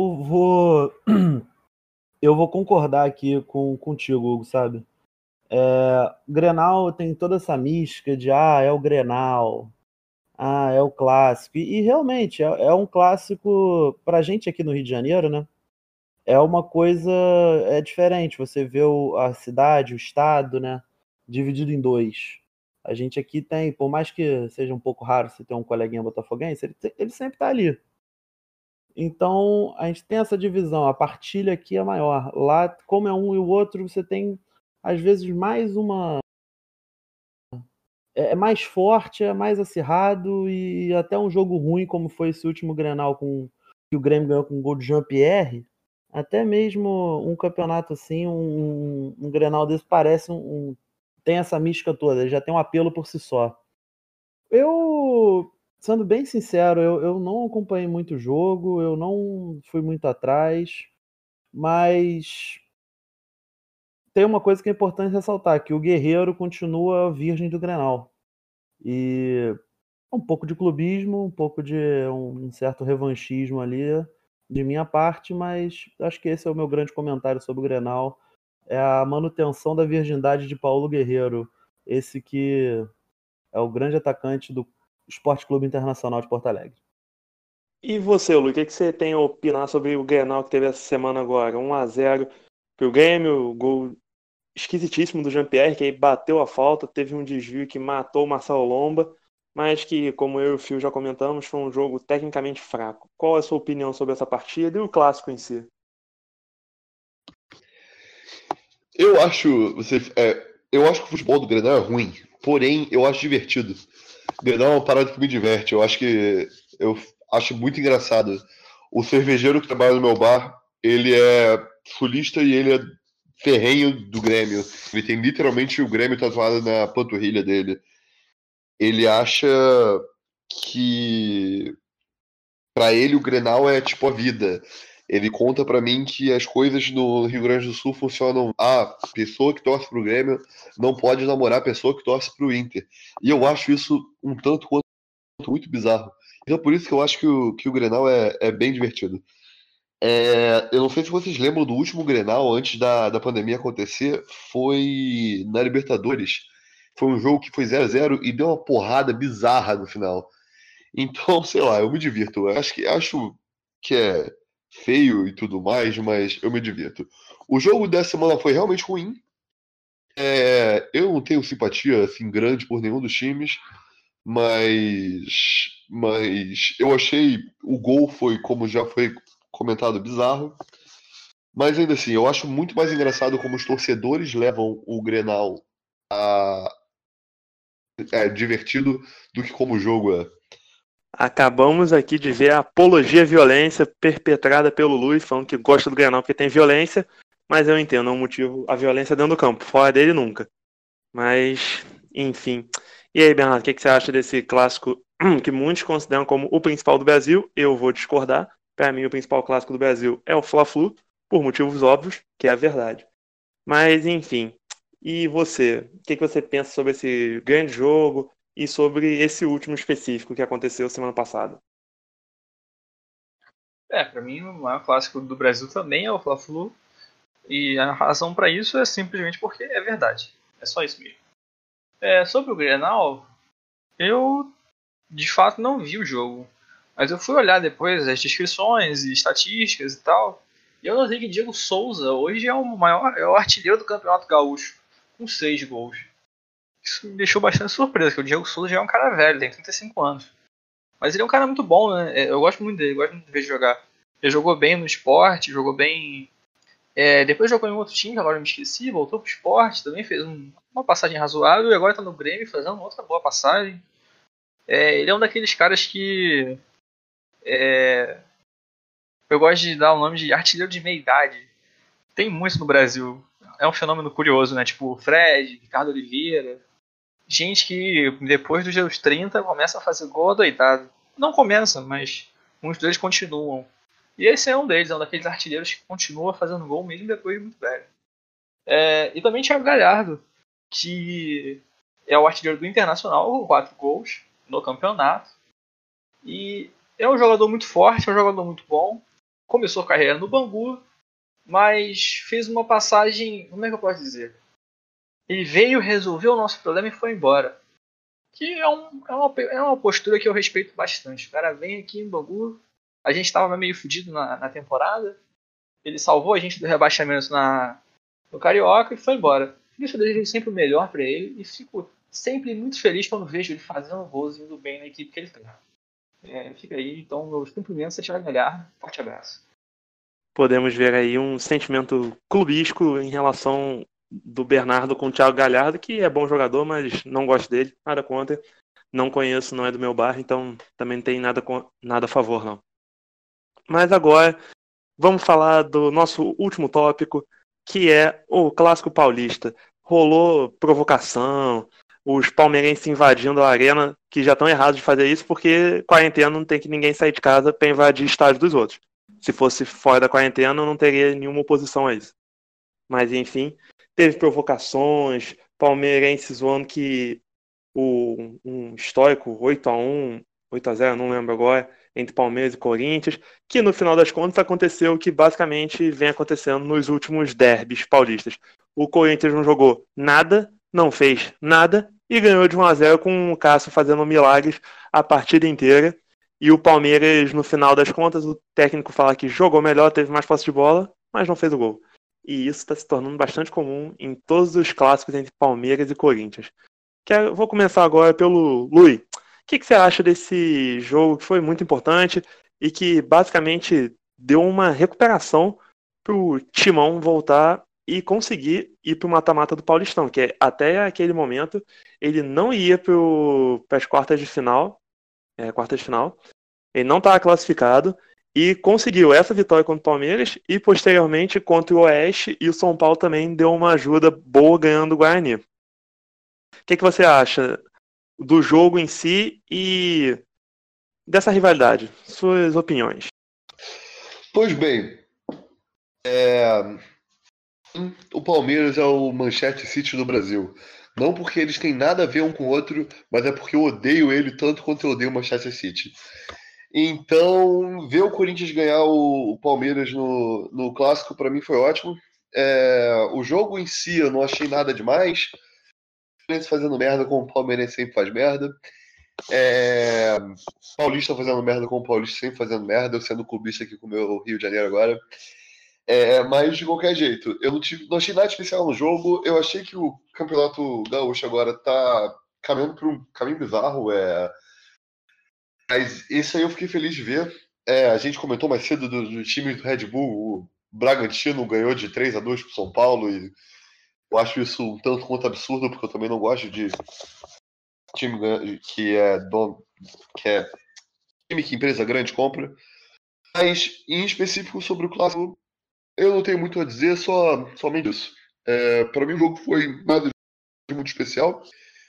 Speaker 2: eu vou concordar aqui contigo, Hugo, sabe? Grenal tem toda essa mística de é o Grenal, é o clássico. E realmente é um clássico pra gente aqui no Rio de Janeiro, né? É uma coisa diferente. Você vê a cidade, o estado, né? Dividido em 2. A gente aqui tem, por mais que seja um pouco raro você ter um coleguinha botafoguense, ele sempre tá ali. Então, a gente tem essa divisão, a partilha aqui é maior. Lá, como é um e o outro, você tem, às vezes, mais uma. É mais forte, é mais acirrado e até um jogo ruim, como foi esse último Grenal que o Grêmio ganhou com o gol de Jean-Pierre. Até mesmo um campeonato assim, um Grenal desse parece tem essa mística toda, ele já tem um apelo por si só. Eu, sendo bem sincero, eu não acompanhei muito o jogo, eu não fui muito atrás, mas tem uma coisa que é importante ressaltar, que o Guerreiro continua virgem do Grenal. E um pouco de clubismo, um pouco de um certo revanchismo ali de minha parte, mas acho que esse é o meu grande comentário sobre o Grenal, é a manutenção da virgindade de Paulo Guerreiro, esse que é o grande atacante do Esporte Clube Internacional de Porto Alegre.
Speaker 1: E você, Lu, o que você tem a opinar sobre o Grenal que teve essa semana agora? 1-0 pro Grêmio, o gol esquisitíssimo do Jean-Pierre, que aí bateu a falta, teve um desvio que matou o Marcelo Lomba, mas que, como eu e o Fio já comentamos, foi um jogo tecnicamente fraco. Qual é a sua opinião sobre essa partida e o clássico em si?
Speaker 4: Eu acho que o futebol do Grenal é ruim, porém eu acho divertido. O Grenal é uma parada que me diverte. Eu acho muito engraçado. O cervejeiro que trabalha no meu bar, ele é sulista e ele é ferrenho do Grêmio. Ele tem literalmente o Grêmio tatuado na panturrilha dele. Ele acha que pra ele o Grenal é tipo a vida. ele conta pra mim que as coisas no Rio Grande do Sul funcionam. A pessoa que torce pro Grêmio não pode namorar a pessoa que torce pro Inter. E eu acho isso um tanto quanto muito bizarro. Então por isso que eu acho que o Grenal é bem divertido. Eu não sei se vocês lembram do último Grenal antes da pandemia acontecer, foi na Libertadores. Foi um jogo que foi 0-0 e deu uma porrada bizarra no final. Então, sei lá, eu me divirto. Acho que é feio e tudo mais, mas eu me divirto. O jogo dessa semana foi realmente ruim. Eu não tenho simpatia assim grande por nenhum dos times, mas eu achei o gol foi, como já foi comentado, bizarro. Mas ainda assim, eu acho muito mais engraçado como os torcedores levam o Grenal divertido do que como o jogo é.
Speaker 1: Acabamos aqui de ver a apologia à violência perpetrada pelo Luiz, falando que gosta do Grenal porque tem violência, mas eu entendo, é um motivo, a violência dentro do campo, fora dele nunca. Mas, enfim. E aí, Bernardo, o que você acha desse clássico que muitos consideram como o principal do Brasil? Eu vou discordar. Para mim, o principal clássico do Brasil é o Fla-Flu, por motivos óbvios, que é a verdade. Mas, enfim. E você? O que você pensa sobre esse grande jogo e sobre esse último específico que aconteceu semana passada?
Speaker 3: Para mim, o maior clássico do Brasil também é o Fla-Flu. E a razão para isso é simplesmente porque é verdade. É só isso mesmo. Sobre o Grenal, eu de fato não vi o jogo. Mas eu fui olhar depois as descrições e estatísticas e tal. E eu notei que Diego Souza hoje é o artilheiro do Campeonato Gaúcho, com 6 gols. Isso me deixou bastante surpreso, porque o Diego Souza já é um cara velho, tem 35 anos. Mas ele é um cara muito bom, né? Eu gosto muito dele, gosto muito de ver jogar. Ele jogou bem no Sport, jogou bem... depois jogou em outro time, agora eu me esqueci, voltou pro Sport, também fez uma passagem razoável, e agora tá no Grêmio fazendo outra boa passagem. Ele é um daqueles caras que... eu gosto de dar o nome de artilheiro de meia-idade. Tem muitos no Brasil. É um fenômeno curioso, né? Tipo o Fred, Ricardo Oliveira. Gente que depois dos seus 30 começa a fazer gol adoidado. Não começa, mas muitos deles continuam. E esse é um deles, é um daqueles artilheiros que continua fazendo gol mesmo depois de muito velho. E também Thiago Galhardo, que é o artilheiro do Internacional, com 4 gols no campeonato. E é um jogador muito forte, é um jogador muito bom. Começou a carreira no Bangu, mas fez uma passagem, como é que eu posso dizer? Ele veio, resolveu o nosso problema e foi embora. Que é uma postura que eu respeito bastante. O cara vem aqui em Bangu, a gente estava meio fudido na temporada, ele salvou a gente do rebaixamento no Carioca e foi embora. Isso eu desejo sempre o melhor para ele e fico sempre muito feliz quando vejo ele fazendo gols e indo bem na equipe que ele tem. Fica aí, então, meus cumprimentos a Thiago Galhardo. Forte abraço.
Speaker 1: Podemos ver aí um sentimento clubístico em relação do Bernardo com o Thiago Galhardo, que é bom jogador, mas não gosto dele, nada contra. Não conheço, não é do meu bar, então também não tem nada a favor, não. Mas agora, vamos falar do nosso último tópico, que é o Clássico Paulista. Rolou provocação, os palmeirenses invadindo a arena, que já estão errados de fazer isso, porque quarentena não tem que ninguém sair de casa para invadir estádio dos outros. Se fosse fora da quarentena, não teria nenhuma oposição a isso. Mas, enfim, teve provocações, palmeirenses zoando que um histórico 8-1, 8-0, não lembro agora, entre Palmeiras e Corinthians, que no final das contas aconteceu o que basicamente vem acontecendo nos últimos derbys paulistas. O Corinthians não jogou nada, não fez nada e ganhou de 1-0 com o Cássio fazendo milagres a partida inteira. E o Palmeiras, no final das contas, o técnico fala que jogou melhor, teve mais posse de bola, mas não fez o gol. E isso está se tornando bastante comum em todos os clássicos entre Palmeiras e Corinthians. Vou começar agora pelo Luiz. O que você acha desse jogo que foi muito importante e que basicamente deu uma recuperação para o Timão voltar e conseguir ir para o mata-mata do Paulistão, que até aquele momento ele não ia para as quartas de final. Ele não estava classificado e conseguiu essa vitória contra o Palmeiras e posteriormente contra o Oeste, e o São Paulo também deu uma ajuda boa ganhando o Guarani. O que você acha do jogo em si e dessa rivalidade? Suas opiniões.
Speaker 4: Pois bem, O Palmeiras é o Manchester City do Brasil. Não porque eles têm nada a ver um com o outro, mas é porque eu odeio ele tanto quanto eu odeio o Manchester City. Então, ver o Corinthians ganhar o Palmeiras no Clássico, para mim, foi ótimo. O jogo em si, eu não achei nada demais. O Palmeiras fazendo merda como o Palmeirense sempre faz merda. Paulista fazendo merda como o Paulista sempre fazendo merda. Eu sendo clubista aqui com o meu Rio de Janeiro agora. Mas, de qualquer jeito, eu não achei nada especial no jogo. Eu achei que o Campeonato Gaúcho agora tá caminhando por um caminho bizarro. Mas isso aí eu fiquei feliz de ver. A gente comentou mais cedo do time do Red Bull. O Bragantino ganhou de 3-2 pro São Paulo. E eu acho isso um tanto quanto absurdo, porque eu também não gosto de time que é dono, que é time que empresa grande compra. Mas, em específico sobre o Clássico, eu não tenho muito a dizer, somente isso. Para mim, o jogo foi nada de muito especial.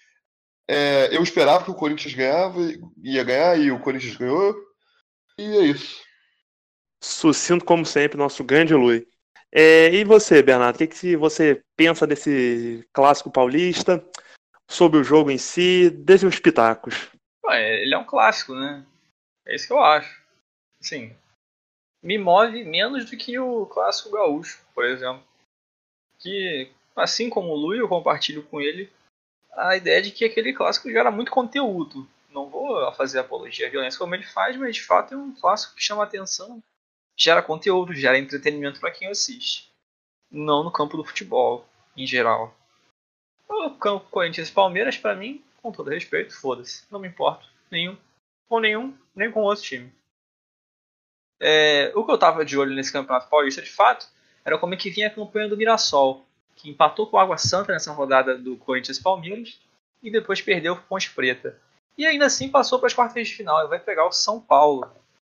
Speaker 4: Eu esperava que o Corinthians ia ganhar, e o Corinthians ganhou. E é isso.
Speaker 1: Sucinto como sempre, nosso grande Lui. E você, Bernardo, o que você pensa desse clássico paulista, sobre o jogo em si, desses pitacos?
Speaker 3: Ele é um clássico, né? É isso que eu acho. Assim, me move menos do que o clássico gaúcho, por exemplo. Que, assim como o Lui, eu compartilho com ele a ideia de que aquele clássico gera muito conteúdo. Não vou fazer apologia à violência como ele faz, mas de fato é um clássico que chama atenção, gera conteúdo, gera entretenimento para quem assiste. Não no campo do futebol, em geral. O campo Corinthians e Palmeiras, para mim, com todo respeito, foda-se. Não me importo. Nem com outro time. O que eu tava de olho nesse Campeonato Paulista, de fato, era como é que vinha a campanha do Mirassol, que empatou com o Água Santa nessa rodada do Corinthians e Palmeiras, e depois perdeu com Ponte Preta. E ainda assim passou para as quartas de final e vai pegar o São Paulo,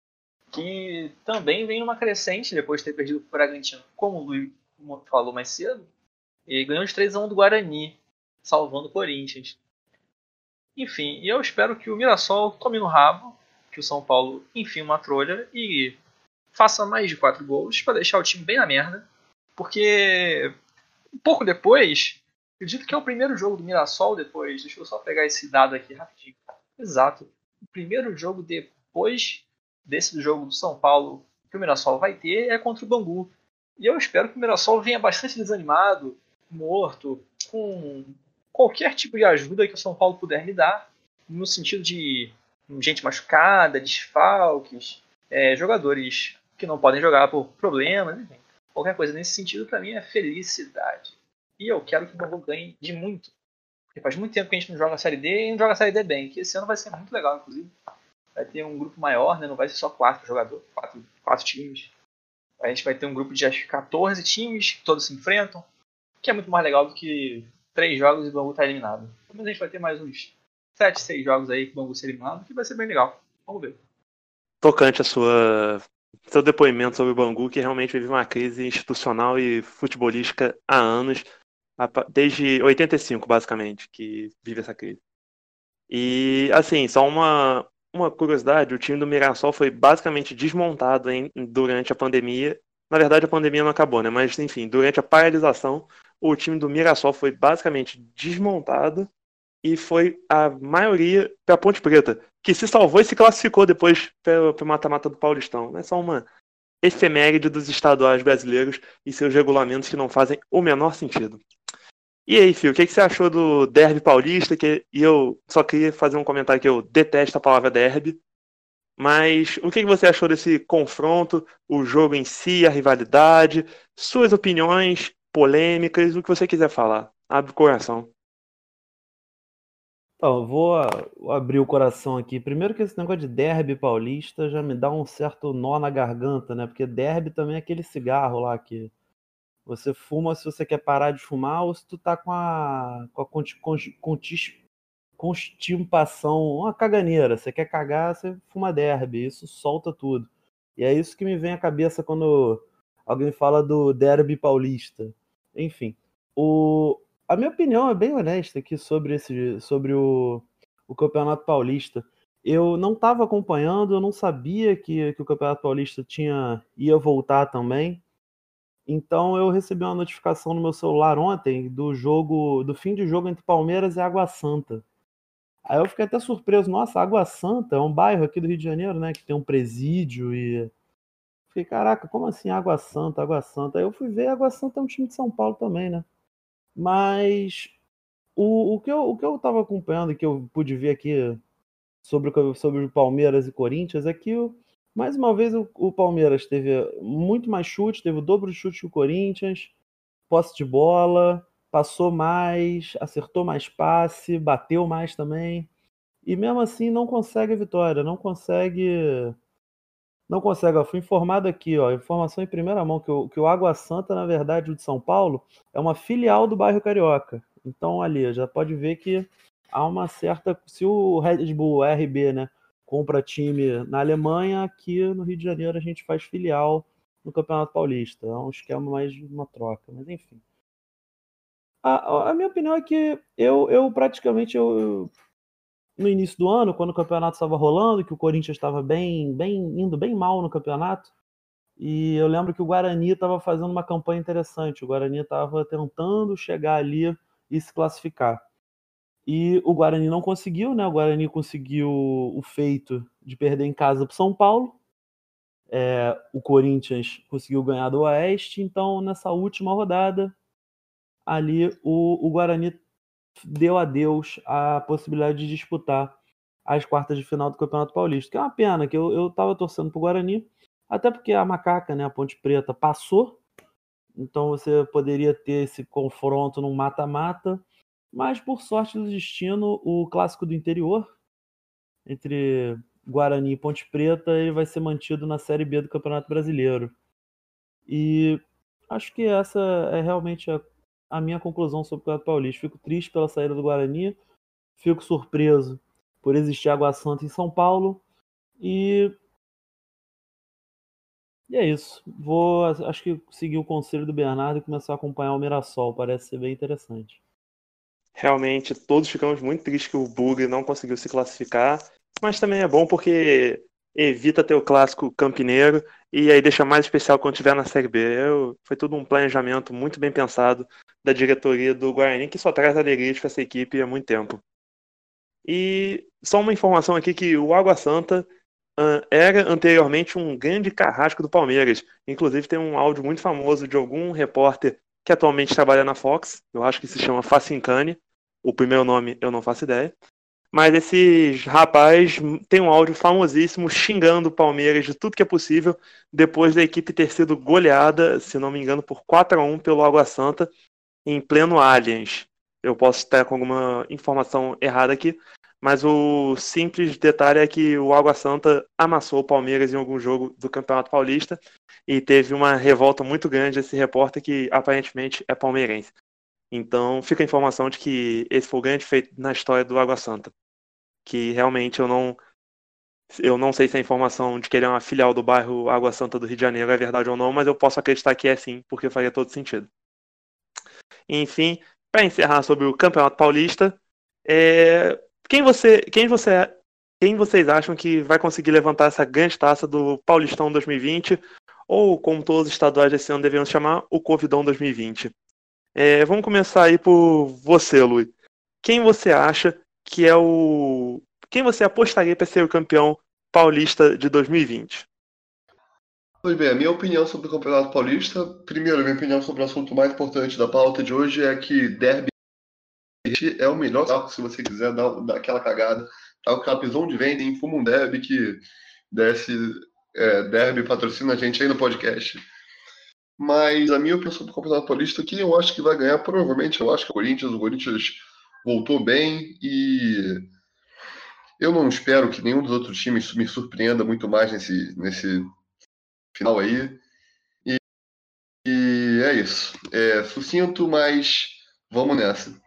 Speaker 3: que também vem numa crescente depois de ter perdido o Bragantino, como o Luiz falou mais cedo, e ganhou de 3-1 do Guarani, salvando o Corinthians. Enfim, e eu espero que o Mirassol tome no rabo, que o São Paulo enfie uma trolha e faça mais de 4 gols para deixar o time bem na merda, porque um pouco depois, acredito que é o primeiro jogo do Mirassol depois, deixa eu só pegar esse dado aqui rapidinho. Exato, o primeiro jogo depois desse jogo do São Paulo que o Mirassol vai ter é contra o Bangu. E eu espero que o Mirassol venha bastante desanimado, morto, com qualquer tipo de ajuda que o São Paulo puder me dar, no sentido de gente machucada, desfalques, jogadores que não podem jogar por problemas, enfim. Qualquer coisa nesse sentido, para mim, é felicidade. E eu quero que o Bangu ganhe de muito. Porque faz muito tempo que a gente não joga a Série D e não joga a Série D bem. Que esse ano vai ser muito legal, inclusive. Vai ter um grupo maior, né? Não vai ser só 4 jogadores, 4 times. A gente vai ter um grupo de acho que 14 times, que todos se enfrentam. Que é muito mais legal do que 3 jogos e o Bangu tá eliminado. Mas a gente vai ter mais uns 7, 6 jogos aí com o Bangu ser eliminado, que vai ser bem legal. Vamos ver.
Speaker 1: Tocante seu depoimento sobre o Bangu, que realmente vive uma crise institucional e futebolística há anos, desde 85, basicamente, que vive essa crise. E, assim, só uma curiosidade, o time do Mirassol foi basicamente desmontado durante a pandemia. Na verdade, a pandemia não acabou, né? Mas, enfim, durante a paralisação, o time do Mirassol foi basicamente desmontado e foi a maioria para a Ponte Preta, que se salvou e se classificou depois para o mata-mata do Paulistão. É só uma efeméride dos estaduais brasileiros e seus regulamentos que não fazem o menor sentido. E aí, Fio, o que você achou do derby paulista? E eu só queria fazer um comentário que eu detesto a palavra derby, mas o que você achou desse confronto, o jogo em si, a rivalidade, suas opiniões, polêmicas, o que você quiser falar. Abre o coração.
Speaker 2: Então, eu vou abrir o coração aqui. Primeiro que esse negócio de derby paulista já me dá um certo nó na garganta, né? Porque derby também é aquele cigarro lá que você fuma se você quer parar de fumar ou se tu tá com a constipação, uma caganeira. Você quer cagar, você fuma derby. Isso solta tudo. E é isso que me vem à cabeça quando alguém fala do derby paulista. Enfim, a minha opinião é bem honesta aqui sobre o Campeonato Paulista. Eu não estava acompanhando, eu não sabia que o Campeonato Paulista ia voltar também. Então eu recebi uma notificação no meu celular ontem do fim de jogo entre Palmeiras e Água Santa. Aí eu fiquei até surpreso. Nossa, Água Santa é um bairro aqui do Rio de Janeiro, né? Que tem um presídio e... Fiquei, caraca, como assim Água Santa, Água Santa? Aí eu fui ver, Água Santa é um time de São Paulo também, né? Mas o que eu tava acompanhando e que eu pude ver aqui sobre o Palmeiras e Corinthians é que, mais uma vez, o Palmeiras teve muito mais chute, teve o dobro de chute que o Corinthians, posse de bola, passou mais, acertou mais passe, bateu mais também. E mesmo assim não consegue a vitória, não consegue. Não consegue. Ó, fui informado aqui, ó, informação em primeira mão, que o Água Santa, na verdade, o de São Paulo, é uma filial do bairro Carioca. Então, ali, já pode ver que há uma certa. Se o Red Bull RB, né, compra time na Alemanha, aqui no Rio de Janeiro a gente faz filial no Campeonato Paulista. É um esquema mais de uma troca, mas enfim. A minha opinião é que eu praticamente no início do ano, quando o campeonato estava rolando, que o Corinthians estava indo bem mal no campeonato, e eu lembro que o Guarani estava fazendo uma campanha interessante. O Guarani estava tentando chegar ali e se classificar. E o Guarani não conseguiu, né? O Guarani conseguiu o feito de perder em casa para o São Paulo. O Corinthians conseguiu ganhar do Oeste. Então, nessa última rodada, ali o Guarani deu adeus à possibilidade de disputar as quartas de final do Campeonato Paulista. Que é uma pena, que eu tava torcendo pro Guarani, até porque a Macaca, né, a Ponte Preta, passou, então você poderia ter esse confronto num mata-mata, mas por sorte do destino, o clássico do interior, entre Guarani e Ponte Preta, ele vai ser mantido na Série B do Campeonato Brasileiro. E acho que essa é realmente a minha conclusão sobre o Campeonato Paulista. Fico triste pela saída do Guarani, fico surpreso por existir Água Santa em São Paulo e é isso. Acho que seguir o conselho do Bernardo e começar a acompanhar o Mirassol, parece ser bem interessante.
Speaker 1: Realmente, todos ficamos muito tristes que o Bugre não conseguiu se classificar, mas também é bom porque evita ter o clássico campineiro e aí deixa mais especial quando estiver na Série B. Foi tudo um planejamento muito bem pensado da diretoria do Guarani, que só traz alegrias para essa equipe há muito tempo. E só uma informação aqui que o Água Santa era anteriormente um grande carrasco do Palmeiras. Inclusive tem um áudio muito famoso de algum repórter que atualmente trabalha na Fox, eu acho que se chama Facincani, o primeiro nome eu não faço ideia. Mas esse rapaz tem um áudio famosíssimo xingando o Palmeiras de tudo que é possível, depois da equipe ter sido goleada, se não me engano, por 4-1 pelo Água Santa, em pleno Allianz. Eu posso estar com alguma informação errada aqui, mas o simples detalhe é que o Água Santa amassou o Palmeiras em algum jogo do Campeonato Paulista e teve uma revolta muito grande esse repórter que aparentemente é palmeirense. Então fica a informação de que esse foi o grande feito na história do Água Santa. Que realmente eu não sei se a informação de que ele é uma filial do bairro Água Santa do Rio de Janeiro é verdade ou não, mas eu posso acreditar que é sim, porque faria todo sentido. Enfim, para encerrar sobre o Campeonato Paulista, quem vocês acham que vai conseguir levantar essa grande taça do Paulistão 2020, ou como todos os estaduais desse ano deveriam chamar, o Covidão 2020? Vamos começar aí por você, Luiz. Quem você acha que é o... Quem você apostaria para ser o campeão paulista de 2020?
Speaker 4: Pois bem, a minha opinião sobre o Campeonato Paulista, primeiro, a minha opinião sobre o assunto mais importante da pauta de hoje é que derby é o melhor saco se você quiser dar aquela cagada. Tá o Capizão de venda, infuma um derby que desce, derby patrocina a gente aí no podcast. Mas a minha opinião sobre o Campeonato Paulista, que eu acho que vai ganhar, provavelmente, eu acho que o Corinthians voltou bem e eu não espero que nenhum dos outros times me surpreenda muito mais nesse final aí. E é isso. Sucinto, mas vamos nessa.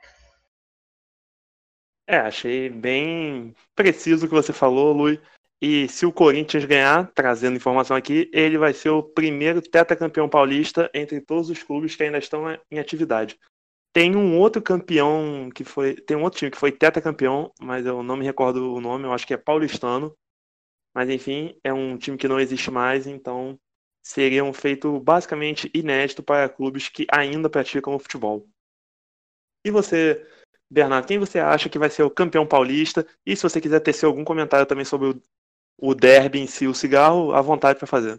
Speaker 1: Achei bem preciso o que você falou, Luiz. E se o Corinthians ganhar, trazendo informação aqui, ele vai ser o primeiro tetracampeão paulista entre todos os clubes que ainda estão em atividade. Tem um outro campeão tem um outro time que foi tetracampeão, mas eu não me recordo o nome, eu acho que é paulistano. Mas enfim, é um time que não existe mais, então seria um feito basicamente inédito para clubes que ainda praticam o futebol. E você, Bernardo, quem você acha que vai ser o campeão paulista? E se você quiser tecer algum comentário também sobre o derby em si, o cigarro, à vontade para fazer.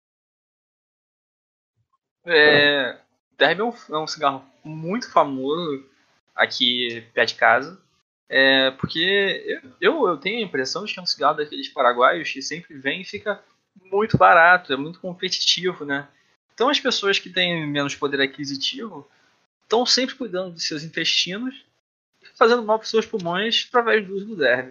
Speaker 3: Derby é um cigarro muito famoso aqui perto de casa. Porque eu tenho a impressão de que é um cigarro daqueles paraguaios que sempre vem e fica muito barato, é muito competitivo, né? Então as pessoas que têm menos poder aquisitivo estão sempre cuidando dos seus intestinos e fazendo mal para os seus pulmões através do uso do derby.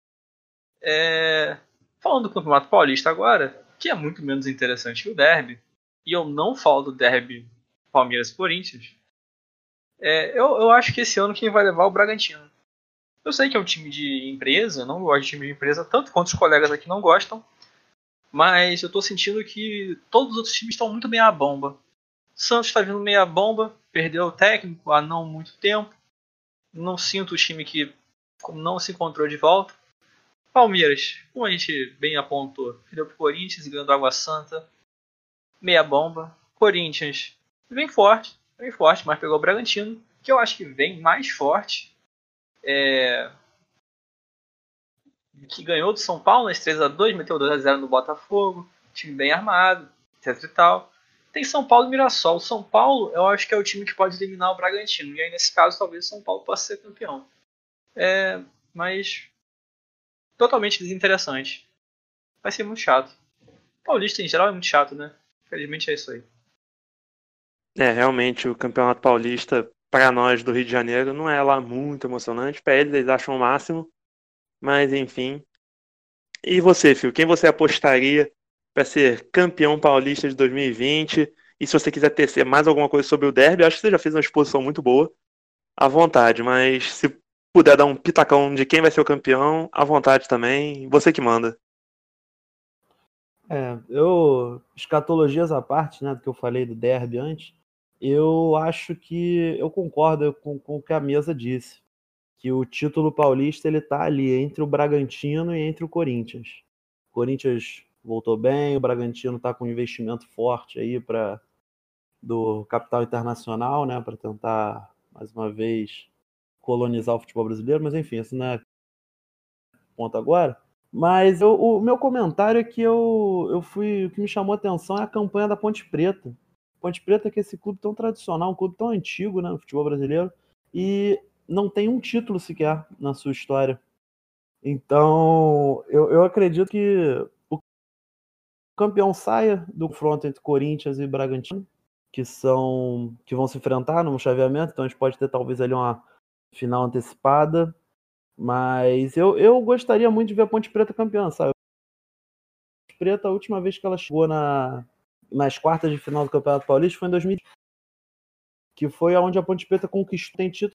Speaker 3: Falando do Campeonato Paulista agora, que é muito menos interessante que o derby, e eu não falo do derby Palmeiras e Corinthians, eu acho que esse ano quem vai levar é o Bragantino. Eu sei que é um time de empresa, não gosto de time de empresa, tanto quanto os colegas aqui não gostam, mas eu tô sentindo que todos os outros times estão muito meia bomba. Santos está vindo meia bomba, perdeu o técnico há não muito tempo, não sinto o time que não se encontrou de volta. Palmeiras, como a gente bem apontou, perdeu pro Corinthians e ganhou do Água Santa, meia bomba. Corinthians vem forte, mas pegou o Bragantino, que eu acho que vem mais forte. Que ganhou do São Paulo nas 3x2, meteu 2x0 no Botafogo, time bem armado, etc e tal. Tem São Paulo e Mirassol. O São Paulo eu acho que é o time que pode eliminar o Bragantino, e aí nesse caso talvez o São Paulo possa ser campeão. Mas totalmente desinteressante. Vai ser muito chato. Paulista em geral é muito chato, né? Infelizmente é isso aí.
Speaker 1: Realmente o Campeonato Paulista, para nós do Rio de Janeiro, não é lá muito emocionante. Para eles acham o máximo. Mas enfim. E você, Fio? Quem você apostaria para ser campeão paulista de 2020? E se você quiser tecer mais alguma coisa sobre o derby, acho que você já fez uma exposição muito boa. À vontade, mas se puder dar um pitacão de quem vai ser o campeão, à vontade também. Você que manda.
Speaker 2: Escatologias à parte, né, do que eu falei do derby antes, eu acho que eu concordo com o que a mesa disse, que o título paulista ele tá ali entre o Bragantino e entre o Corinthians. O Corinthians voltou bem, o Bragantino está com um investimento forte aí do capital internacional, né, para tentar mais uma vez colonizar o futebol brasileiro, mas enfim, isso não é ponto agora. Mas o meu comentário é que o que me chamou a atenção é a campanha da Ponte Preta. Ponte Preta, que é esse clube tão tradicional, um clube tão antigo, né, no futebol brasileiro, e não tem um título sequer na sua história. Então, eu acredito que o campeão saia do confronto entre Corinthians e Bragantino, que vão se enfrentar no chaveamento, então a gente pode ter talvez ali uma final antecipada. Mas eu gostaria muito de ver a Ponte Preta campeã, sabe? A Ponte Preta, a última vez que ela chegou nas quartas de final do Campeonato Paulista foi em 2000, que foi onde a Ponte Preta tem título,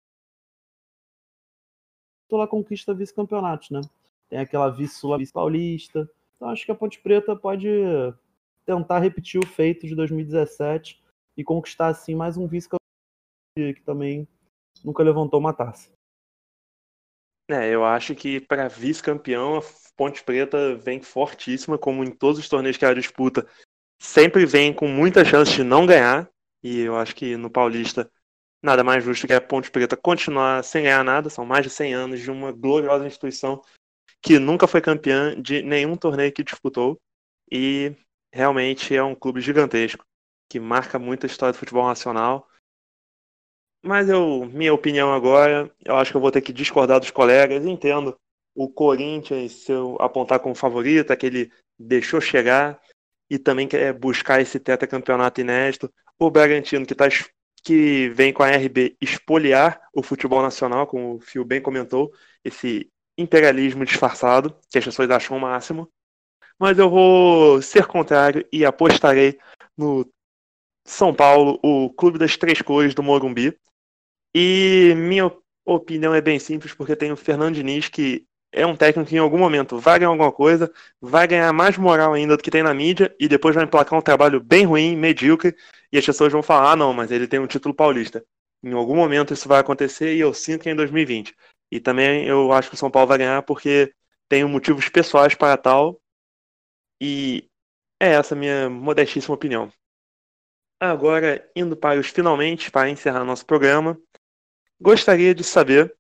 Speaker 2: ela conquista vice-campeonatos, né? Tem aquela vice-paulista. Então acho que a Ponte Preta pode tentar repetir o feito de 2017 e conquistar assim mais um vice-campeonato que também nunca levantou uma taça.
Speaker 1: Eu acho que para vice-campeão a Ponte Preta vem fortíssima, como em todos os torneios que ela disputa, sempre vem com muita chance de não ganhar, e eu acho que no Paulista nada mais justo que a Ponte Preta continuar sem ganhar nada. São mais de 100 anos de uma gloriosa instituição que nunca foi campeã de nenhum torneio que disputou, e realmente é um clube gigantesco, que marca muito a história do futebol nacional. Mas minha opinião agora, eu acho que eu vou ter que discordar dos colegas. Entendo o Corinthians, se eu apontar como favorito, é que ele deixou chegar e também quer buscar esse tetracampeonato inédito. O Bragantino, que vem com a RB espoliar o futebol nacional, como o Fio bem comentou, esse imperialismo disfarçado, que as pessoas acham o máximo. Mas eu vou ser contrário e apostarei no São Paulo, o Clube das Três Cores do Morumbi. E minha opinião é bem simples, porque tem o Fernando Diniz, que é um técnico que em algum momento vai ganhar alguma coisa, vai ganhar mais moral ainda do que tem na mídia, e depois vai emplacar um trabalho bem ruim, medíocre, e as pessoas vão falar, não, mas ele tem um título paulista. Em algum momento isso vai acontecer, e eu sinto que é em 2020. E também eu acho que o São Paulo vai ganhar porque tem motivos pessoais para tal, e É essa a minha modestíssima opinião. Agora, indo para os finalmente, para encerrar nosso programa, gostaria de saber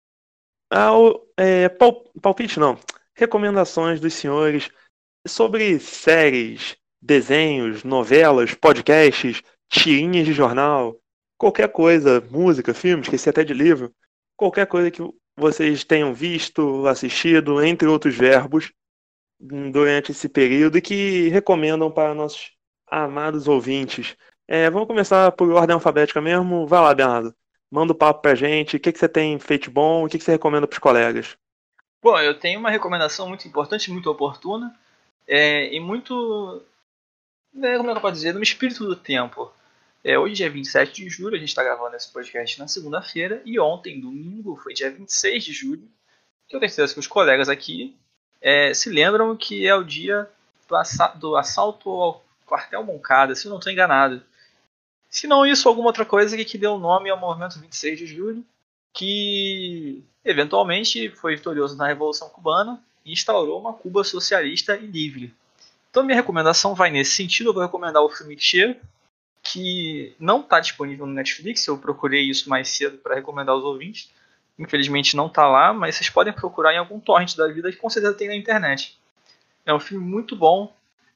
Speaker 1: palpite não, recomendações dos senhores sobre séries, desenhos, novelas, podcasts, tirinhas de jornal, qualquer coisa, música, filme, esqueci até de livro, qualquer coisa que vocês tenham visto, assistido, entre outros verbos, durante esse período e que recomendam para nossos amados ouvintes. Vamos começar por ordem alfabética mesmo. Vai lá, Bernardo. Manda o papo pra gente. O que você tem feito bom? O que você recomenda pros colegas?
Speaker 3: Bom, eu tenho uma recomendação muito importante, muito oportuna e muito, como é que eu posso dizer, no espírito do tempo. Hoje é 27 de julho, a gente está gravando esse podcast na segunda-feira, e ontem, domingo, foi dia 26 de julho, que eu tenho certeza que os colegas aqui se lembram que é o dia do assalto ao quartel Moncada, se eu não estou enganado. Se não isso, alguma outra coisa que deu nome ao movimento 26 de julho, que eventualmente foi vitorioso na Revolução Cubana e instaurou uma Cuba socialista e livre. Então minha recomendação vai nesse sentido. Eu vou recomendar o filme Che, que não está disponível no Netflix. Eu procurei isso mais cedo para recomendar aos ouvintes. Infelizmente não está lá, mas vocês podem procurar em algum torrent da vida que com certeza tem na internet. É um filme muito bom.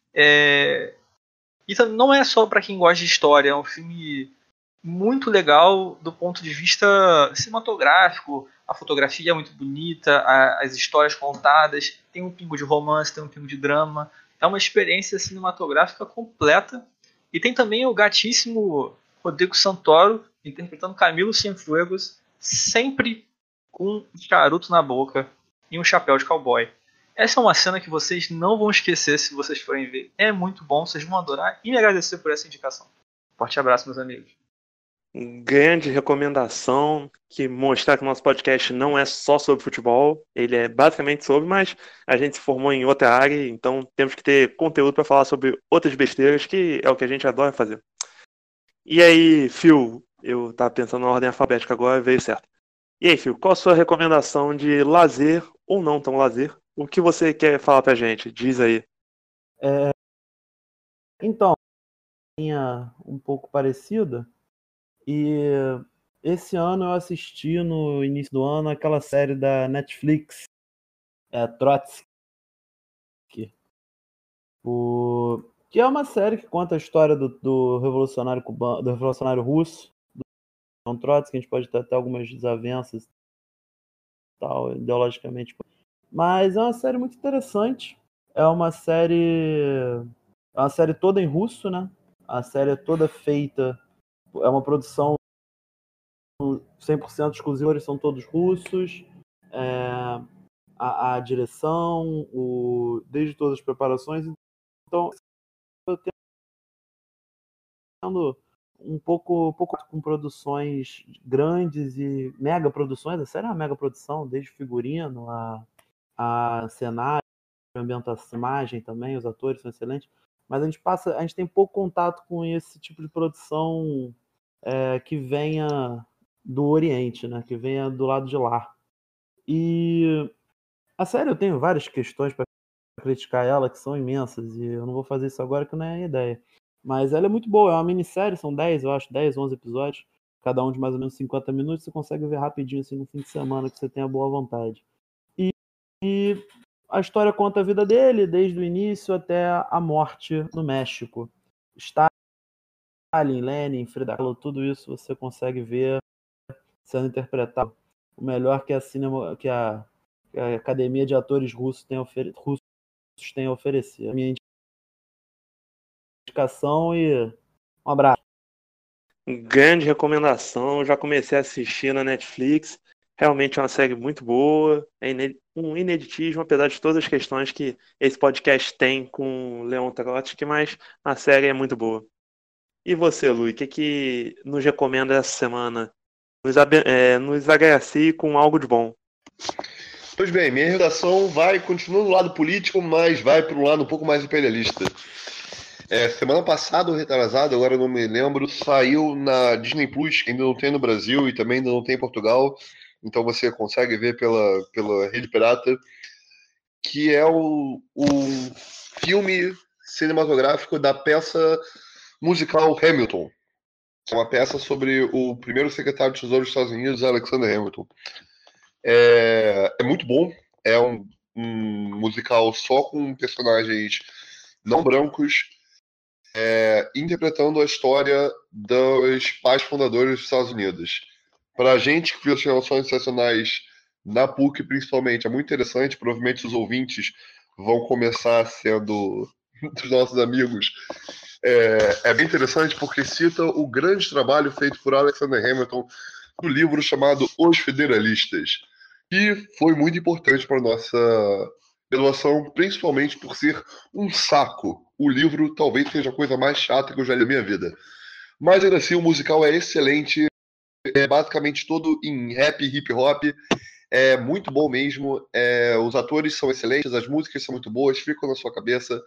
Speaker 3: E não é só para quem gosta de história, é um filme muito legal do ponto de vista cinematográfico. A fotografia é muito bonita, as histórias contadas, tem um pingo de romance, tem um pingo de drama. É uma experiência cinematográfica completa. E tem também o gatíssimo Rodrigo Santoro interpretando Camilo Cienfuegos, sempre com um charuto na boca e um chapéu de cowboy. Essa é uma cena que vocês não vão esquecer se vocês forem ver. É muito bom, vocês vão adorar e me agradecer por essa indicação. Forte abraço, meus amigos.
Speaker 1: Grande recomendação que mostrar que o nosso podcast não é só sobre futebol, ele é basicamente sobre, mas a gente se formou em outra área, então temos que ter conteúdo para falar sobre outras besteiras, que é o que a gente adora fazer. E aí, Phil, eu tava pensando na ordem alfabética agora, veio certo. E aí, Phil, qual a sua recomendação de lazer ou não tão lazer? O que você quer falar pra gente? Diz aí.
Speaker 2: Então, minha um pouco parecida. E esse ano eu assisti no início do ano aquela série da Netflix, Trotsky, que é uma série que conta a história do revolucionário cubano, do revolucionário russo, do Trotsky. A gente pode ter até algumas desavenças tal, ideologicamente, mas é uma série muito interessante. É uma série toda em russo, né? A série é toda feita, é uma produção 100% exclusiva, eles são todos russos. A direção, desde todas as preparações. Então, eu tendo um pouco com produções grandes e mega produções. A série é uma mega produção, desde figurino a cenário, a ambientação, imagem também, os atores são excelentes. Mas a gente tem pouco contato com esse tipo de produção que venha do Oriente, né? Que venha do lado de lá. E a série, eu tenho várias questões para criticar ela, que são imensas, e eu não vou fazer isso agora, que não é a ideia. Mas ela é muito boa, é uma minissérie, são 10, eu acho, 10, 11 episódios, cada um de mais ou menos 50 minutos, você consegue ver rapidinho, assim, no fim de semana, que você tenha boa vontade. E a história conta a vida dele, desde o início até a morte no México. Stalin, Lenin, Frida Kahlo, tudo isso você consegue ver sendo interpretado. O melhor que a Academia de Atores Russos tem a oferecer. A minha indicação e um abraço.
Speaker 1: Grande recomendação, já comecei a assistir na Netflix. Realmente é uma série muito boa, um ineditismo, apesar de todas as questões que esse podcast tem com o Leon Trotsky, mas a série é muito boa. E você, Lu, o que nos recomenda essa semana? Nos agracie com algo de bom.
Speaker 4: Pois bem, minha recomendação continua no lado político, mas vai para um lado um pouco mais imperialista. Semana passada ou retrasada, agora eu não me lembro, saiu na Disney Plus, que ainda não tem no Brasil e também ainda não tem em Portugal, então você consegue ver pela rede pirata, que é um filme cinematográfico da peça musical Hamilton. É uma peça sobre o primeiro secretário de Tesouro dos Estados Unidos, Alexander Hamilton. É muito bom. É um musical só com personagens não brancos, interpretando a história dos pais fundadores dos Estados Unidos. Para a gente que viu as relações internacionais na PUC, principalmente, é muito interessante. Provavelmente os ouvintes vão começar sendo dos nossos amigos. É bem interessante porque cita o grande trabalho feito por Alexander Hamilton no livro chamado Os Federalistas, que foi muito importante para a nossa graduação, principalmente por ser um saco. O livro talvez seja a coisa mais chata que eu já li na minha vida. Mas ainda assim, o musical é excelente, é basicamente todo em rap e hip hop. É muito bom mesmo. Os atores são excelentes, as músicas são muito boas, ficam na sua cabeça.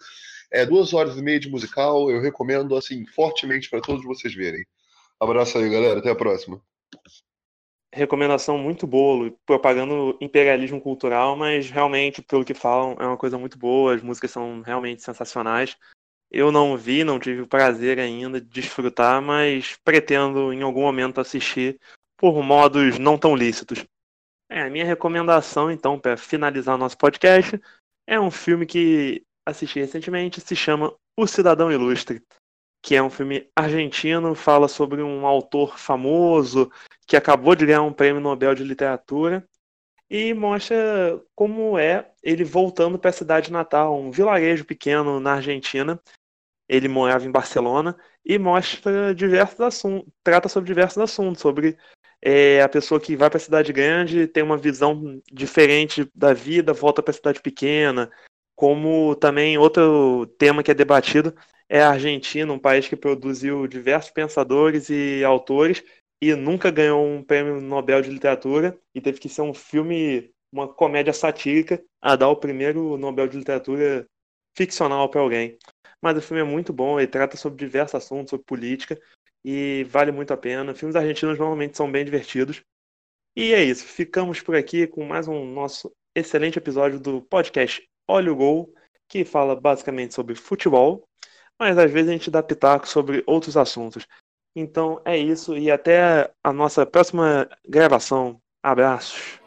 Speaker 4: 2h30 de musical, eu recomendo assim fortemente para todos vocês verem. Abraço aí, galera. Até a próxima.
Speaker 1: Recomendação muito boa, propagando imperialismo cultural, mas realmente, pelo que falam, é uma coisa muito boa, as músicas são realmente sensacionais. Eu não vi, não tive o prazer ainda de desfrutar, mas pretendo em algum momento assistir por modos não tão lícitos. A minha recomendação, então, para finalizar nosso podcast, é um filme que assisti recentemente, se chama O Cidadão Ilustre, que é um filme argentino, fala sobre um autor famoso que acabou de ganhar um prêmio Nobel de Literatura e mostra como é ele voltando para a cidade natal, um vilarejo pequeno na Argentina. Ele morava em Barcelona e mostra diversos assuntos, trata sobre diversos assuntos, sobre a pessoa que vai para a cidade grande, tem uma visão diferente da vida, volta para a cidade pequena, como também outro tema que é debatido é a Argentina, um país que produziu diversos pensadores e autores e nunca ganhou um prêmio Nobel de Literatura e teve que ser um filme, uma comédia satírica a dar o primeiro Nobel de Literatura ficcional para alguém. Mas o filme é muito bom, ele trata sobre diversos assuntos, sobre política, e vale muito a pena. Filmes argentinos normalmente são bem divertidos. E é isso, ficamos por aqui com mais um nosso excelente episódio do podcast Olha o Gol, que fala basicamente sobre futebol, mas às vezes a gente dá pitaco sobre outros assuntos. Então é isso, e até a nossa próxima gravação. Abraços.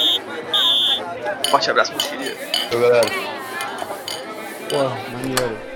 Speaker 3: Forte abraço, meus queridos.
Speaker 4: Tchau, galera.
Speaker 2: Pô, maneiro.